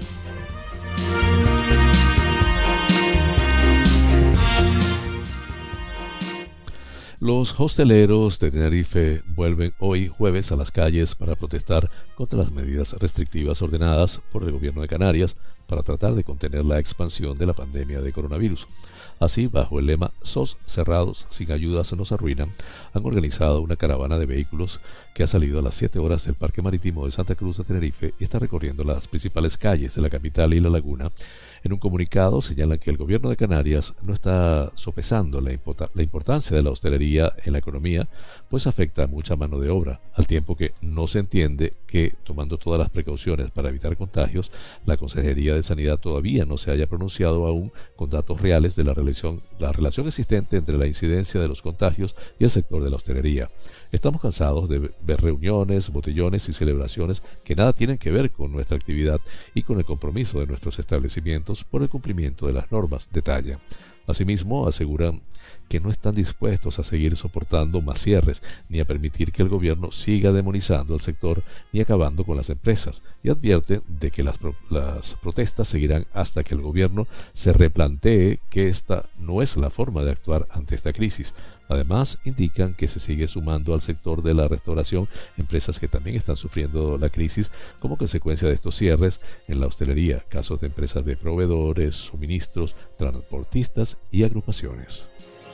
Speaker 2: Los hosteleros de Tenerife vuelven hoy jueves a las calles para protestar contra las medidas restrictivas ordenadas por el gobierno de Canarias para tratar de contener la expansión de la pandemia de coronavirus. Así, bajo el lema "Sos cerrados, sin ayuda se nos arruinan", han organizado una caravana de vehículos que ha salido a las siete horas del Parque Marítimo de Santa Cruz de Tenerife y está recorriendo las principales calles de la capital y la laguna. En un comunicado señalan que el gobierno de Canarias no está sopesando la, import- la importancia de la hostelería en la economía, pues afecta a mucha mano de obra, al tiempo que no se entiende que, tomando todas las precauciones para evitar contagios, la Consejería de Sanidad todavía no se haya pronunciado aún con datos reales de la relación, la relación existente entre la incidencia de los contagios y el sector de la hostelería. Estamos cansados de ver reuniones, botellones y celebraciones que nada tienen que ver con nuestra actividad y con el compromiso de nuestros establecimientos por el cumplimiento de las normas, detalla. Asimismo, aseguran que no están dispuestos a seguir soportando más cierres, ni a permitir que el gobierno siga demonizando al sector ni acabando con las empresas, y advierten de que las, pro- las protestas seguirán hasta que el gobierno se replantee que esta no es la forma de actuar ante esta crisis. Además, indican que se sigue sumando al sector de la restauración empresas que también están sufriendo la crisis como consecuencia de estos cierres en la hostelería, casos de empresas de proveedores, suministros, transportistas y agrupaciones.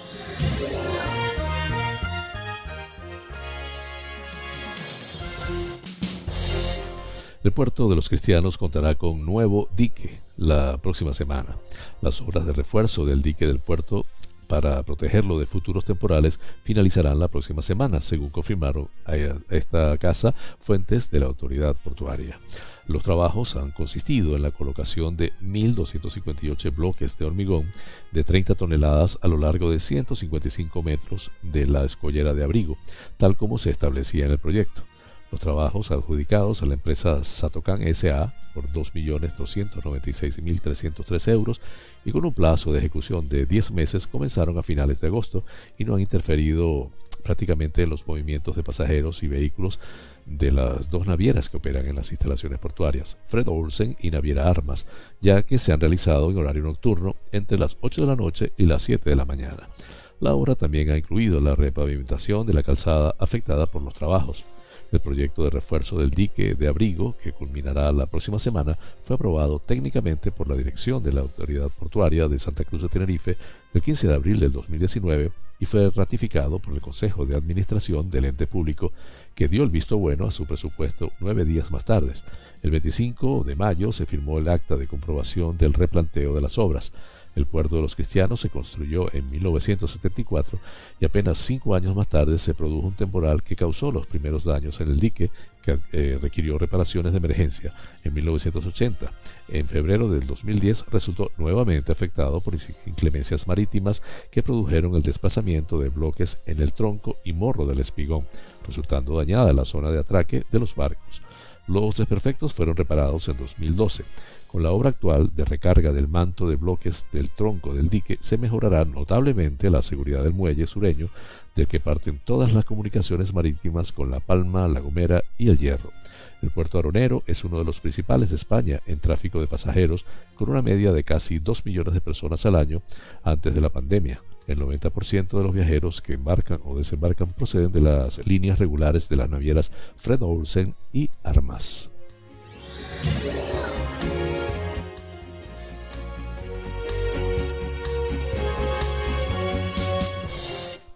Speaker 2: El puerto de los Cristianos contará con nuevo dique la próxima semana. Las obras de refuerzo del dique del puerto para protegerlo de futuros temporales finalizarán la próxima semana, según confirmaron a esta casa fuentes de la autoridad portuaria. Los trabajos han consistido en la colocación de mil doscientos cincuenta y ocho bloques de hormigón de treinta toneladas a lo largo de ciento cincuenta y cinco metros de la escollera de abrigo, tal como se establecía en el proyecto. Los trabajos adjudicados a la empresa Satocan S A por dos millones doscientos noventa y seis mil trescientos tres euros y con un plazo de ejecución de diez meses comenzaron a finales de agosto y no han interferido prácticamente en los movimientos de pasajeros y vehículos de las dos navieras que operan en las instalaciones portuarias, Fred Olsen y Naviera Armas, ya que se han realizado en horario nocturno entre las ocho de la noche y las siete de la mañana. La obra también ha incluido la repavimentación de la calzada afectada por los trabajos. El proyecto de refuerzo del dique de abrigo, que culminará la próxima semana, fue aprobado técnicamente por la dirección de la Autoridad Portuaria de Santa Cruz de Tenerife el quince de abril del dos mil diecinueve y fue ratificado por el Consejo de Administración del ente público, que dio el visto bueno a su presupuesto nueve días más tarde. El veinticinco de mayo se firmó el acta de comprobación del replanteo de las obras. El puerto de los Cristianos se construyó en mil novecientos setenta y cuatro y apenas cinco años más tarde se produjo un temporal que causó los primeros daños en el dique, que eh, requirió reparaciones de emergencia en mil novecientos ochenta. En febrero del dos mil diez resultó nuevamente afectado por inclemencias marítimas que produjeron el desplazamiento de bloques en el tronco y morro del espigón, resultando dañada la zona de atraque de los barcos. Los desperfectos fueron reparados en dos mil doce. Con la obra actual de recarga del manto de bloques del tronco del dique se mejorará notablemente la seguridad del muelle sureño, del que parten todas las comunicaciones marítimas con La Palma, La Gomera y El Hierro. El puerto aronero es uno de los principales de España en tráfico de pasajeros, con una media de casi dos millones de personas al año antes de la pandemia. El noventa por ciento de los viajeros que embarcan o desembarcan proceden de las líneas regulares de las navieras Fred Olsen y Armas.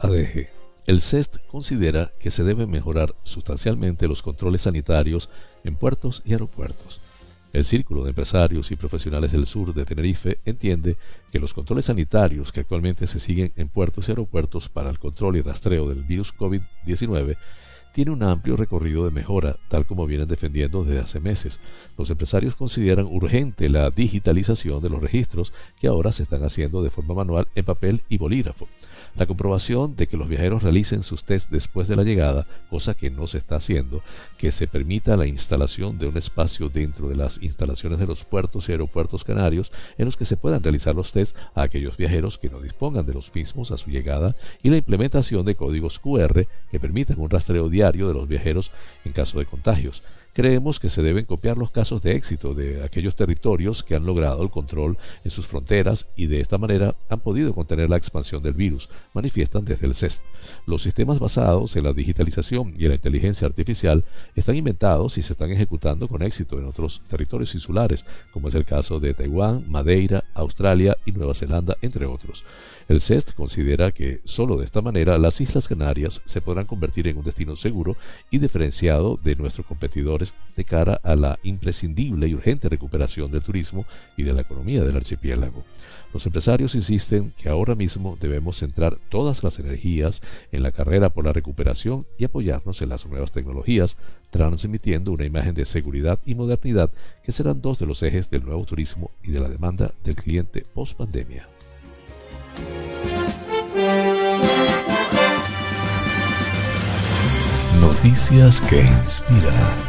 Speaker 2: A D G. El C E S T considera que se deben mejorar sustancialmente los controles sanitarios en puertos y aeropuertos. El Círculo de Empresarios y Profesionales del Sur de Tenerife entiende que los controles sanitarios que actualmente se siguen en puertos y aeropuertos para el control y rastreo del virus COVID diecinueve tiene un amplio recorrido de mejora, tal como vienen defendiendo desde hace meses. Los empresarios consideran urgente la digitalización de los registros que ahora se están haciendo de forma manual en papel y bolígrafo. La comprobación de que los viajeros realicen sus test después de la llegada, cosa que no se está haciendo, que se permita la instalación de un espacio dentro de las instalaciones de los puertos y aeropuertos canarios en los que se puedan realizar los test a aquellos viajeros que no dispongan de los mismos a su llegada, y la implementación de códigos Q R que permitan un rastreo diario de los viajeros en caso de contagios. Creemos que se deben copiar los casos de éxito de aquellos territorios que han logrado el control en sus fronteras y de esta manera han podido contener la expansión del virus, manifiestan desde el C E S T. Los sistemas basados en la digitalización y en la inteligencia artificial están inventados y se están ejecutando con éxito en otros territorios insulares, como es el caso de Taiwán, Madeira, Australia y Nueva Zelanda, entre otros. El C E S T considera que solo de esta manera las Islas Canarias se podrán convertir en un destino seguro y diferenciado de nuestros competidores de cara a la imprescindible y urgente recuperación del turismo y de la economía del archipiélago. Los empresarios insisten que ahora mismo debemos centrar todas las energías en la carrera por la recuperación y apoyarnos en las nuevas tecnologías, transmitiendo una imagen de seguridad y modernidad que serán dos de los ejes del nuevo turismo y de la demanda del cliente post-pandemia.
Speaker 1: Noticias que inspiran.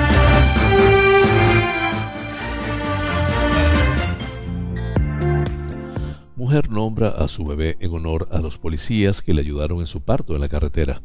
Speaker 2: Mujer nombra a su bebé en honor a los policías que le ayudaron en su parto en la carretera.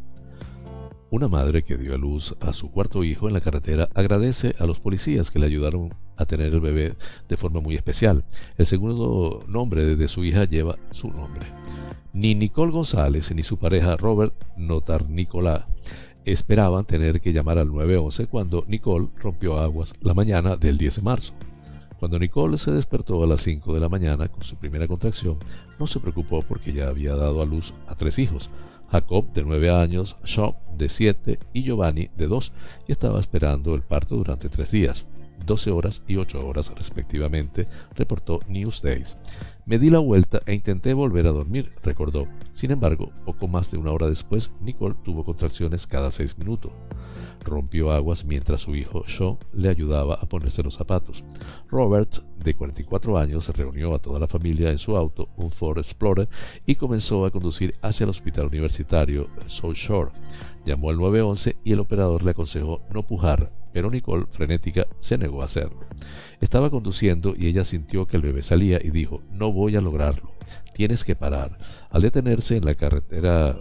Speaker 2: Una madre que dio a luz a su cuarto hijo en la carretera agradece a los policías que le ayudaron a tener el bebé de forma muy especial. El segundo nombre de su hija lleva su nombre. Ni Nicole González ni su pareja Robert Notarnicolá esperaban tener que llamar al nueve once cuando Nicole rompió aguas la mañana del diez de marzo. Cuando Nicole se despertó a las cinco de la mañana con su primera contracción, no se preocupó porque ya había dado a luz a tres hijos: Jacob, de nueve años, Sean, de siete, y Giovanni, de dos, y estaba esperando el parto durante tres días, doce horas y ocho horas respectivamente, reportó Newsdays. Me di la vuelta e intenté volver a dormir, recordó. Sin embargo, poco más de una hora después, Nicole tuvo contracciones cada seis minutos. Rompió aguas mientras su hijo Sean le ayudaba a ponerse los zapatos. Robert, de cuarenta y cuatro años, reunió a toda la familia en su auto, un Ford Explorer, y comenzó a conducir hacia el hospital universitario South Shore. Llamó al nueve once y el operador le aconsejó no pujar, pero Nicole, frenética, se negó a hacerlo. Estaba conduciendo y ella sintió que el bebé salía y dijo: no voy a lograrlo, tienes que parar. Al detenerse en la carretera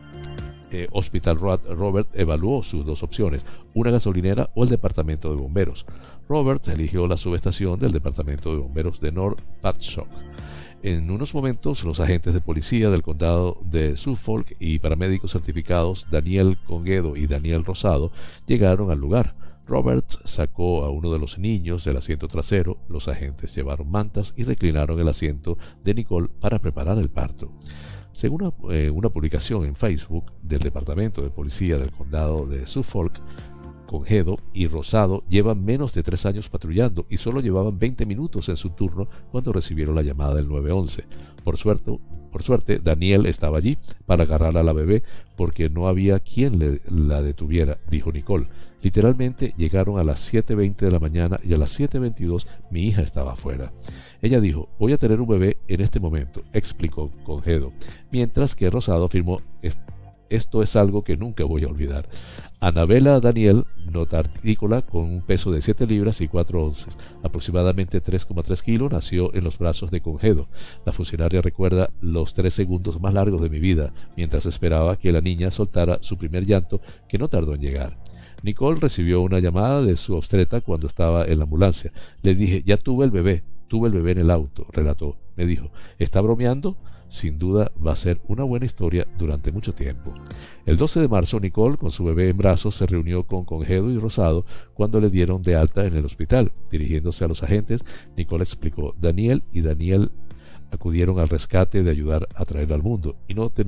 Speaker 2: Eh, Hospital Road, Robert evaluó sus dos opciones, una gasolinera o el departamento de bomberos. Robert eligió la subestación del departamento de bomberos de North Patchogue. En unos momentos, los agentes de policía del condado de Suffolk y paramédicos certificados Daniel Conguedo y Daniel Rosado llegaron al lugar. Robert sacó a uno de los niños del asiento trasero, los agentes llevaron mantas y reclinaron el asiento de Nicole para preparar el parto. Según una, eh, una publicación en Facebook del Departamento de Policía del Condado de Suffolk, Conguedo y Rosado llevan menos de tres años patrullando y solo llevaban veinte minutos en su turno cuando recibieron la llamada del nueve once. Por suerte, por suerte, Daniel estaba allí para agarrar a la bebé porque no había quien le, la detuviera, dijo Nicole. Literalmente llegaron a las siete veinte de la mañana y a las siete veintidós mi hija estaba afuera. Ella dijo: voy a tener un bebé en este momento, explicó Conguedo, mientras que Rosado afirmó: esto es algo que nunca voy a olvidar. Anabela Daniel, notartícola con un peso de siete libras y cuatro onzas, aproximadamente tres coma tres kilos, nació en los brazos de Conguedo. La funcionaria recuerda los tres segundos más largos de mi vida, mientras esperaba que la niña soltara su primer llanto, que no tardó en llegar. Nicole recibió una llamada de su obstetra cuando estaba en la ambulancia. Le dije: ya tuve el bebé, tuve el bebé en el auto, relató. Me dijo: ¿está bromeando? Sin duda va a ser una buena historia durante mucho tiempo. El doce de marzo, Nicole, con su bebé en brazos, se reunió con Conguedo y Rosado cuando le dieron de alta en el hospital. Dirigiéndose a los agentes, Nicole explicó: Daniel y Daniel acudieron al rescate de ayudar a traerla al mundo y no tener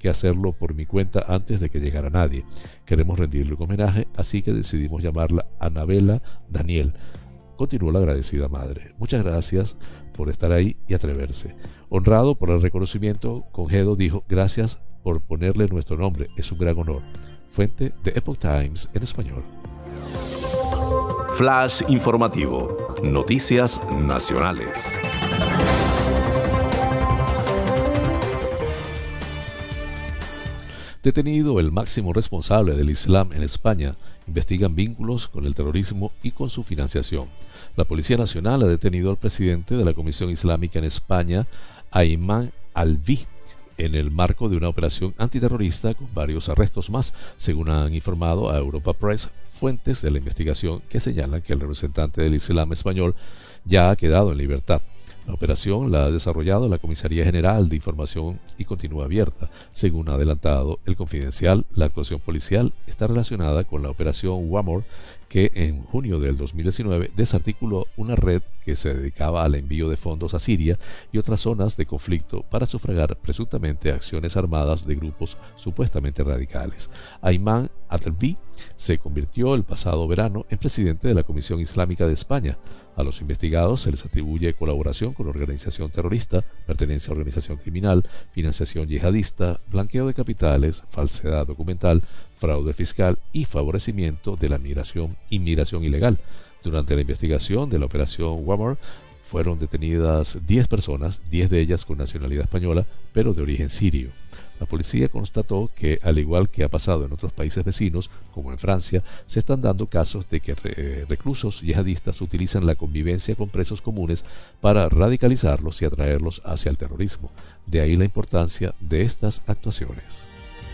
Speaker 2: que hacerlo por mi cuenta antes de que llegara nadie. Queremos rendirle un homenaje, así que decidimos llamarla Anabela Daniel. Continuó la agradecida madre. Muchas gracias por estar ahí y atreverse. Honrado por el reconocimiento, Congedo dijo: gracias por ponerle nuestro nombre, es un gran honor. Fuente de Epoch Times en español.
Speaker 3: Flash informativo. Noticias nacionales.
Speaker 2: Detenido el máximo responsable del Islam en España, investigan vínculos con el terrorismo y con su financiación. La Policía Nacional ha detenido al presidente de la Comisión Islámica en España, Ayman Alvi, en el marco de una operación antiterrorista con varios arrestos más, según han informado a Europa Press fuentes de la investigación que señalan que el representante del Islam español ya ha quedado en libertad. La operación la ha desarrollado la Comisaría General de Información y continúa abierta. Según ha adelantado El Confidencial, la actuación policial está relacionada con la operación Wamor, que en junio del dos mil diecinueve desarticuló una red que se dedicaba al envío de fondos a Siria y otras zonas de conflicto para sufragar presuntamente acciones armadas de grupos supuestamente radicales. Ayman Alvi se convirtió el pasado verano en presidente de la Comisión Islámica de España. A los investigados se les atribuye colaboración con organización terrorista, pertenencia a organización criminal, financiación yihadista, blanqueo de capitales, falsedad documental, fraude fiscal y favorecimiento de la migración, inmigración ilegal. Durante la investigación de la operación Wamor fueron detenidas diez personas, diez de ellas con nacionalidad española, pero de origen sirio. La policía constató que, al igual que ha pasado en otros países vecinos, como en Francia, se están dando casos de que re reclusos yihadistas utilizan la convivencia con presos comunes para radicalizarlos y atraerlos hacia el terrorismo. De ahí la importancia de estas actuaciones.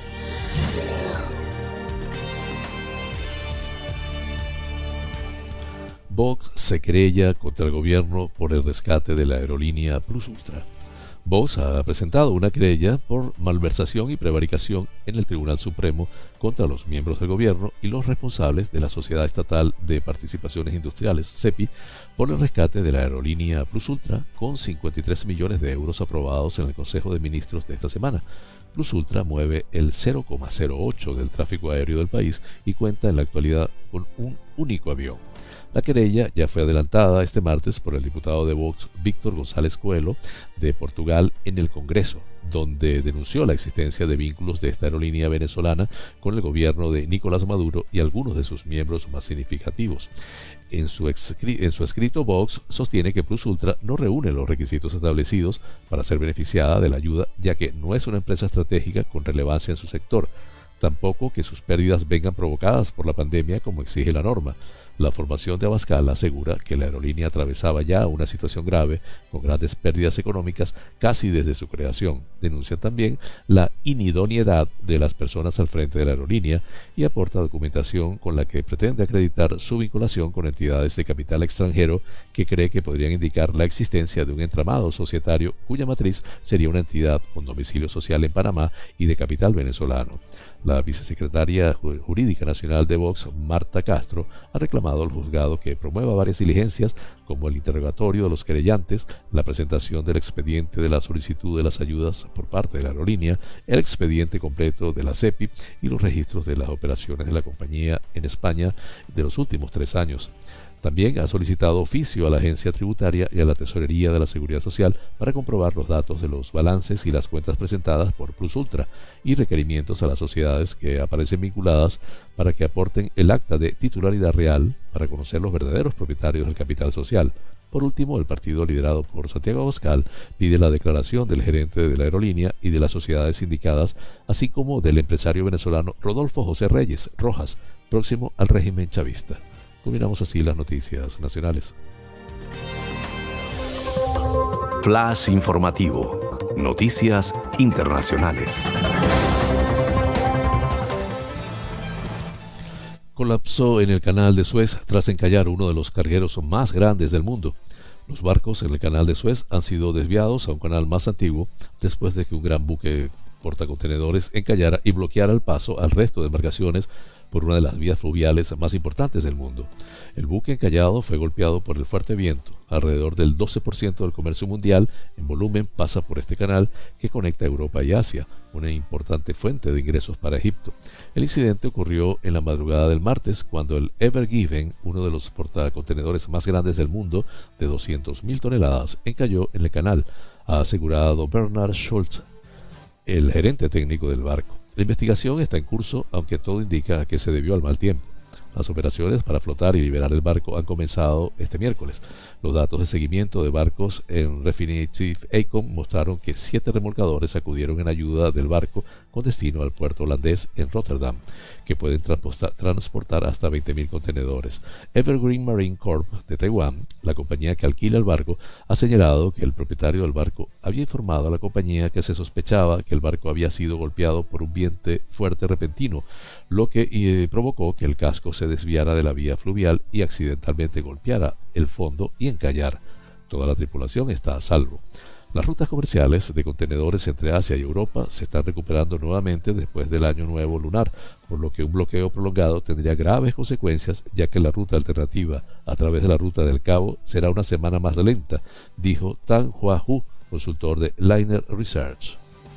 Speaker 2: Vox se querella contra el gobierno por el rescate de la aerolínea Plus Ultra. Vox ha presentado una querella por malversación y prevaricación en el Tribunal Supremo contra los miembros del gobierno y los responsables de la Sociedad Estatal de Participaciones Industriales, SEPI, por el rescate de la aerolínea Plus Ultra con cincuenta y tres millones de euros aprobados en el Consejo de Ministros de esta semana. Plus Ultra mueve el cero coma cero ocho del tráfico aéreo del país y cuenta en la actualidad con un único avión. La querella ya fue adelantada este martes por el diputado de Vox Víctor González Coelho de Portugal en el Congreso, donde denunció la existencia de vínculos de esta aerolínea venezolana con el gobierno de Nicolás Maduro y algunos de sus miembros más significativos. En su, en su escrito, Vox sostiene que Plus Ultra no reúne los requisitos establecidos para ser beneficiada de la ayuda, ya que no es una empresa estratégica con relevancia en su sector. Tampoco que sus pérdidas vengan provocadas por la pandemia como exige la norma. La formación de Abascal asegura que la aerolínea atravesaba ya una situación grave con grandes pérdidas económicas casi desde su creación. Denuncian también la inidoneidad de las personas al frente de la aerolínea y aporta documentación con la que pretende acreditar su vinculación con entidades de capital extranjero que cree que podrían indicar la existencia de un entramado societario cuya matriz sería una entidad con domicilio social en Panamá y de capital venezolano. La vicesecretaria jurídica nacional de Vox, Marta Castro, ha reclamado al juzgado que promueva varias diligencias como el interrogatorio de los querellantes, la presentación del expediente de la solicitud de las ayudas por parte de la aerolínea, el expediente completo de la SEPI y los registros de las operaciones de la compañía en España de los últimos tres años. También ha solicitado oficio a la agencia tributaria y a la Tesorería de la Seguridad Social para comprobar los datos de los balances y las cuentas presentadas por Plus Ultra y requerimientos a las sociedades que aparecen vinculadas para que aporten el acta de titularidad real para conocer los verdaderos propietarios del capital social. Por último, el partido liderado por Santiago Abascal pide la declaración del gerente de la aerolínea y de las sociedades indicadas, así como del empresario venezolano Rodolfo José Reyes Rojas, próximo al régimen chavista. Combinamos así las noticias nacionales.
Speaker 3: Flash informativo. Noticias internacionales.
Speaker 2: Colapsó en el canal de Suez tras encallar uno de los cargueros más grandes del mundo. Los barcos en el canal de Suez han sido desviados a un canal más antiguo después de que un gran buque portacontenedores encallara y bloqueara el paso al resto de embarcaciones por una de las vías fluviales más importantes del mundo. El buque encallado fue golpeado por el fuerte viento. Alrededor del doce por ciento del comercio mundial en volumen pasa por este canal que conecta Europa y Asia, una importante fuente de ingresos para Egipto. El incidente ocurrió en la madrugada del martes cuando el Ever Given, uno de los portacontenedores más grandes del mundo, de doscientas mil toneladas, encalló en el canal, ha asegurado Bernard Schultz, el gerente técnico del barco. La investigación está en curso, aunque todo indica que se debió al mal tiempo. Las operaciones para flotar y liberar el barco han comenzado este miércoles. Los datos de seguimiento de barcos en Refinitiv Eicon mostraron que siete remolcadores acudieron en ayuda del barco con destino al puerto holandés en Rotterdam, que pueden transportar hasta veinte mil contenedores. Evergreen Marine Corp de Taiwán, la compañía que alquila el barco, ha señalado que el propietario del barco había informado a la compañía que se sospechaba que el barco había sido golpeado por un viento fuerte repentino, lo que eh, provocó que el casco se desviara de la vía fluvial y accidentalmente golpeara el fondo y encallar. Toda la tripulación está a salvo. Las rutas comerciales de contenedores entre Asia y Europa se están recuperando nuevamente después del año nuevo lunar, por lo que un bloqueo prolongado tendría graves consecuencias, ya que la ruta alternativa a través de la ruta del Cabo será una semana más lenta, dijo Tan Hua Hu, consultor de Liner Research.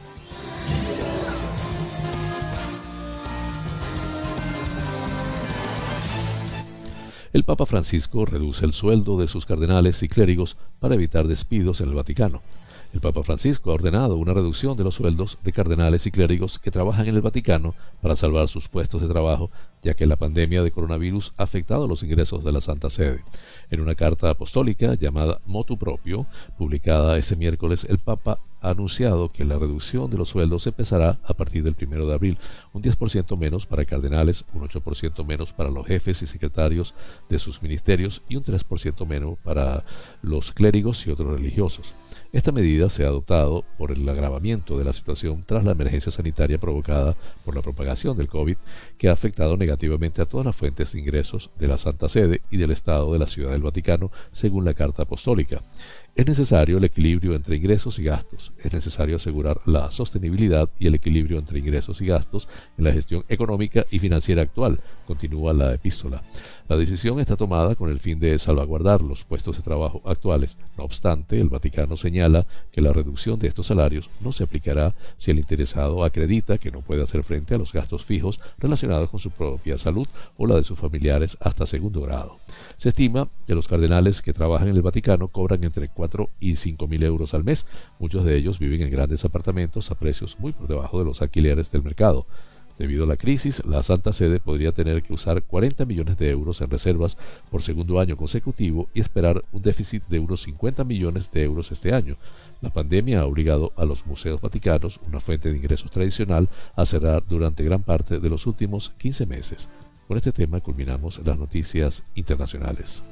Speaker 2: El Papa Francisco reduce el sueldo de sus cardenales y clérigos para evitar despidos en el Vaticano. El Papa Francisco ha ordenado una reducción de los sueldos de cardenales y clérigos que trabajan en el Vaticano para salvar sus puestos de trabajo, ya que la pandemia de coronavirus ha afectado los ingresos de la Santa Sede. En una carta apostólica llamada Motu Proprio, publicada ese miércoles, el Papa ha anunciado que la reducción de los sueldos empezará a partir del primero de abril, un diez por ciento menos para cardenales, un ocho por ciento menos para los jefes y secretarios de sus ministerios y un tres por ciento menos para los clérigos y otros religiosos. Esta medida se ha adoptado por el agravamiento de la situación tras la emergencia sanitaria provocada por la propagación del COVID, que ha afectado negativamente a todas las fuentes de ingresos de la Santa Sede y del Estado de la Ciudad del Vaticano, según la Carta Apostólica. Es necesario el equilibrio entre ingresos y gastos. Es necesario asegurar la sostenibilidad y el equilibrio entre ingresos y gastos en la gestión económica y financiera actual, continúa la epístola. La decisión está tomada con el fin de salvaguardar los puestos de trabajo actuales. No obstante, el Vaticano señala que la reducción de estos salarios no se aplicará si el interesado acredita que no puede hacer frente a los gastos fijos relacionados con su propia salud o la de sus familiares hasta segundo grado. Se estima que los cardenales que trabajan en el Vaticano cobran entre cuatro y cinco mil euros al mes. Muchos de ellos viven en grandes apartamentos a precios muy por debajo de los alquileres del mercado. Debido a la crisis, la Santa Sede podría tener que usar cuarenta millones de euros en reservas por segundo año consecutivo y esperar un déficit de unos cincuenta millones de euros este año. La pandemia ha obligado a los museos vaticanos, una fuente de ingresos tradicional, a cerrar durante gran parte de los últimos quince meses. Con este tema culminamos las noticias internacionales.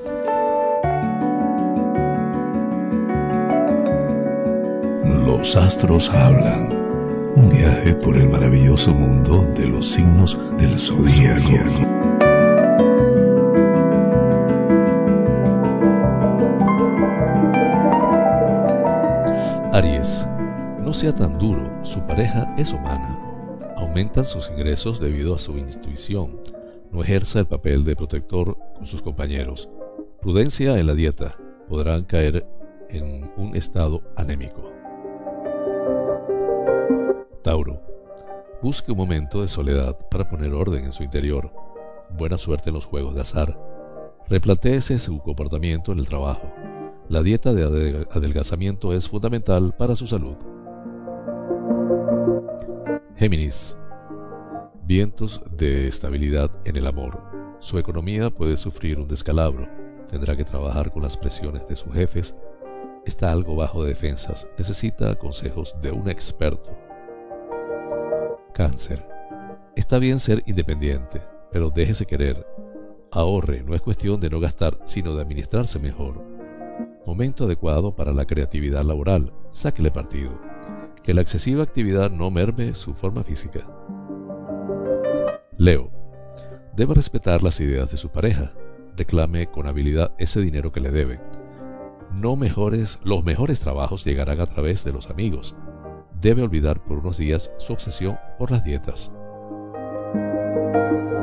Speaker 1: Los astros hablan. Un viaje por el maravilloso mundo de los signos del zodíaco.
Speaker 2: Aries, no sea tan duro, su pareja es humana. Aumentan sus ingresos debido a su intuición. No ejerza el papel de protector con sus compañeros. Prudencia en la dieta, podrán caer en un estado anémico. Tauro, busque un momento de soledad para poner orden en su interior. Buena suerte en los juegos de azar. Replantéese su comportamiento en el trabajo. La dieta de adelgazamiento es fundamental para su salud. Géminis, vientos de estabilidad en el amor. Su economía puede sufrir un descalabro. Tendrá que trabajar con las presiones de sus jefes. Está algo bajo de defensas. Necesita consejos de un experto. Cáncer, está bien ser independiente, pero déjese querer. Ahorre, no es cuestión de no gastar, sino de administrarse mejor. Momento adecuado para la creatividad laboral, sáquele partido. Que la excesiva actividad no merme su forma física. Leo, debe respetar las ideas de su pareja. Reclame con habilidad ese dinero que le debe. No mejores, los mejores trabajos llegarán a través de los amigos. Debe olvidar por unos días su obsesión por las dietas.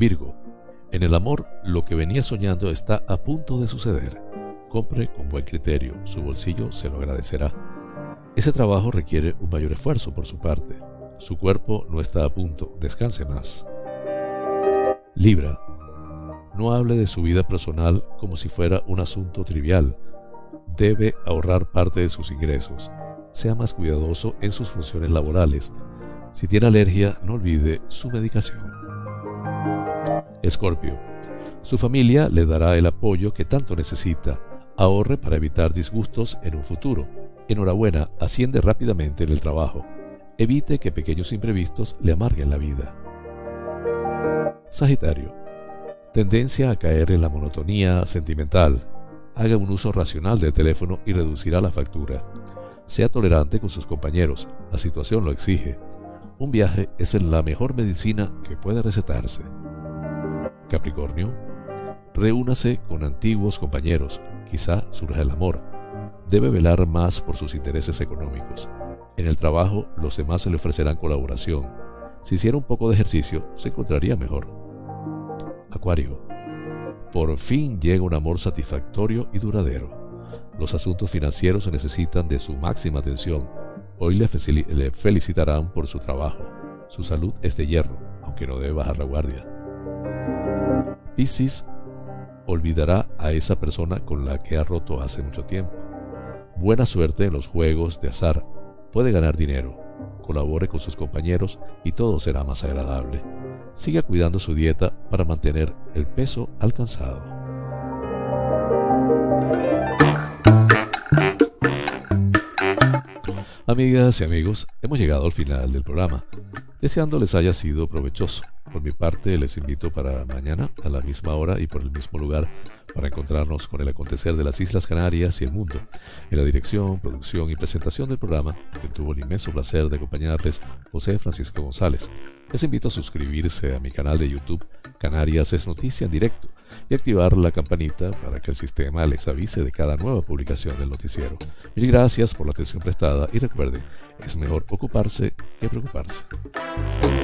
Speaker 2: Virgo, en el amor lo que venía soñando está a punto de suceder. Compre con buen criterio, su bolsillo se lo agradecerá. Ese trabajo requiere un mayor esfuerzo por su parte. Su cuerpo no está a punto, descanse más. Libra, no hable de su vida personal como si fuera un asunto trivial. Debe ahorrar parte de sus ingresos. Sea más cuidadoso en sus funciones laborales. Si tiene alergia, no olvide su medicación. Escorpio, su familia le dará el apoyo que tanto necesita. Ahorre para evitar disgustos en un futuro. Enhorabuena, asciende rápidamente en el trabajo. Evite que pequeños imprevistos le amarguen la vida. Sagitario, tendencia a caer en la monotonía sentimental. Haga un uso racional del teléfono y reducirá la factura. Sea tolerante con sus compañeros, la situación lo exige. Un viaje es la mejor medicina que puede recetarse. Capricornio, reúnase con antiguos compañeros, quizá surja el amor. Debe velar más por sus intereses económicos. En el trabajo, los demás se le ofrecerán colaboración. Si hiciera un poco de ejercicio, se encontraría mejor. Acuario, por fin llega un amor satisfactorio y duradero. Los asuntos financieros necesitan de su máxima atención. Hoy le, fel- le felicitarán por su trabajo. Su salud es de hierro, aunque no debe bajar la guardia. Piscis, olvidará a esa persona con la que ha roto hace mucho tiempo. Buena suerte en los juegos de azar. Puede ganar dinero. Colabore con sus compañeros y todo será más agradable. Siga cuidando su dieta para mantener el peso alcanzado. Amigas y amigos, hemos llegado al final del programa. Deseando les haya sido provechoso. Por mi parte, les invito para mañana a la misma hora y por el mismo lugar para encontrarnos con el acontecer de las Islas Canarias y el mundo. En la dirección, producción y presentación del programa, que tuvo el inmenso placer de acompañarles, José Francisco González. Les invito a suscribirse a mi canal de YouTube, Canarias es Noticia en Directo, y activar la campanita para que el sistema les avise de cada nueva publicación del noticiero. Mil gracias por la atención prestada y recuerden, es mejor ocuparse que preocuparse.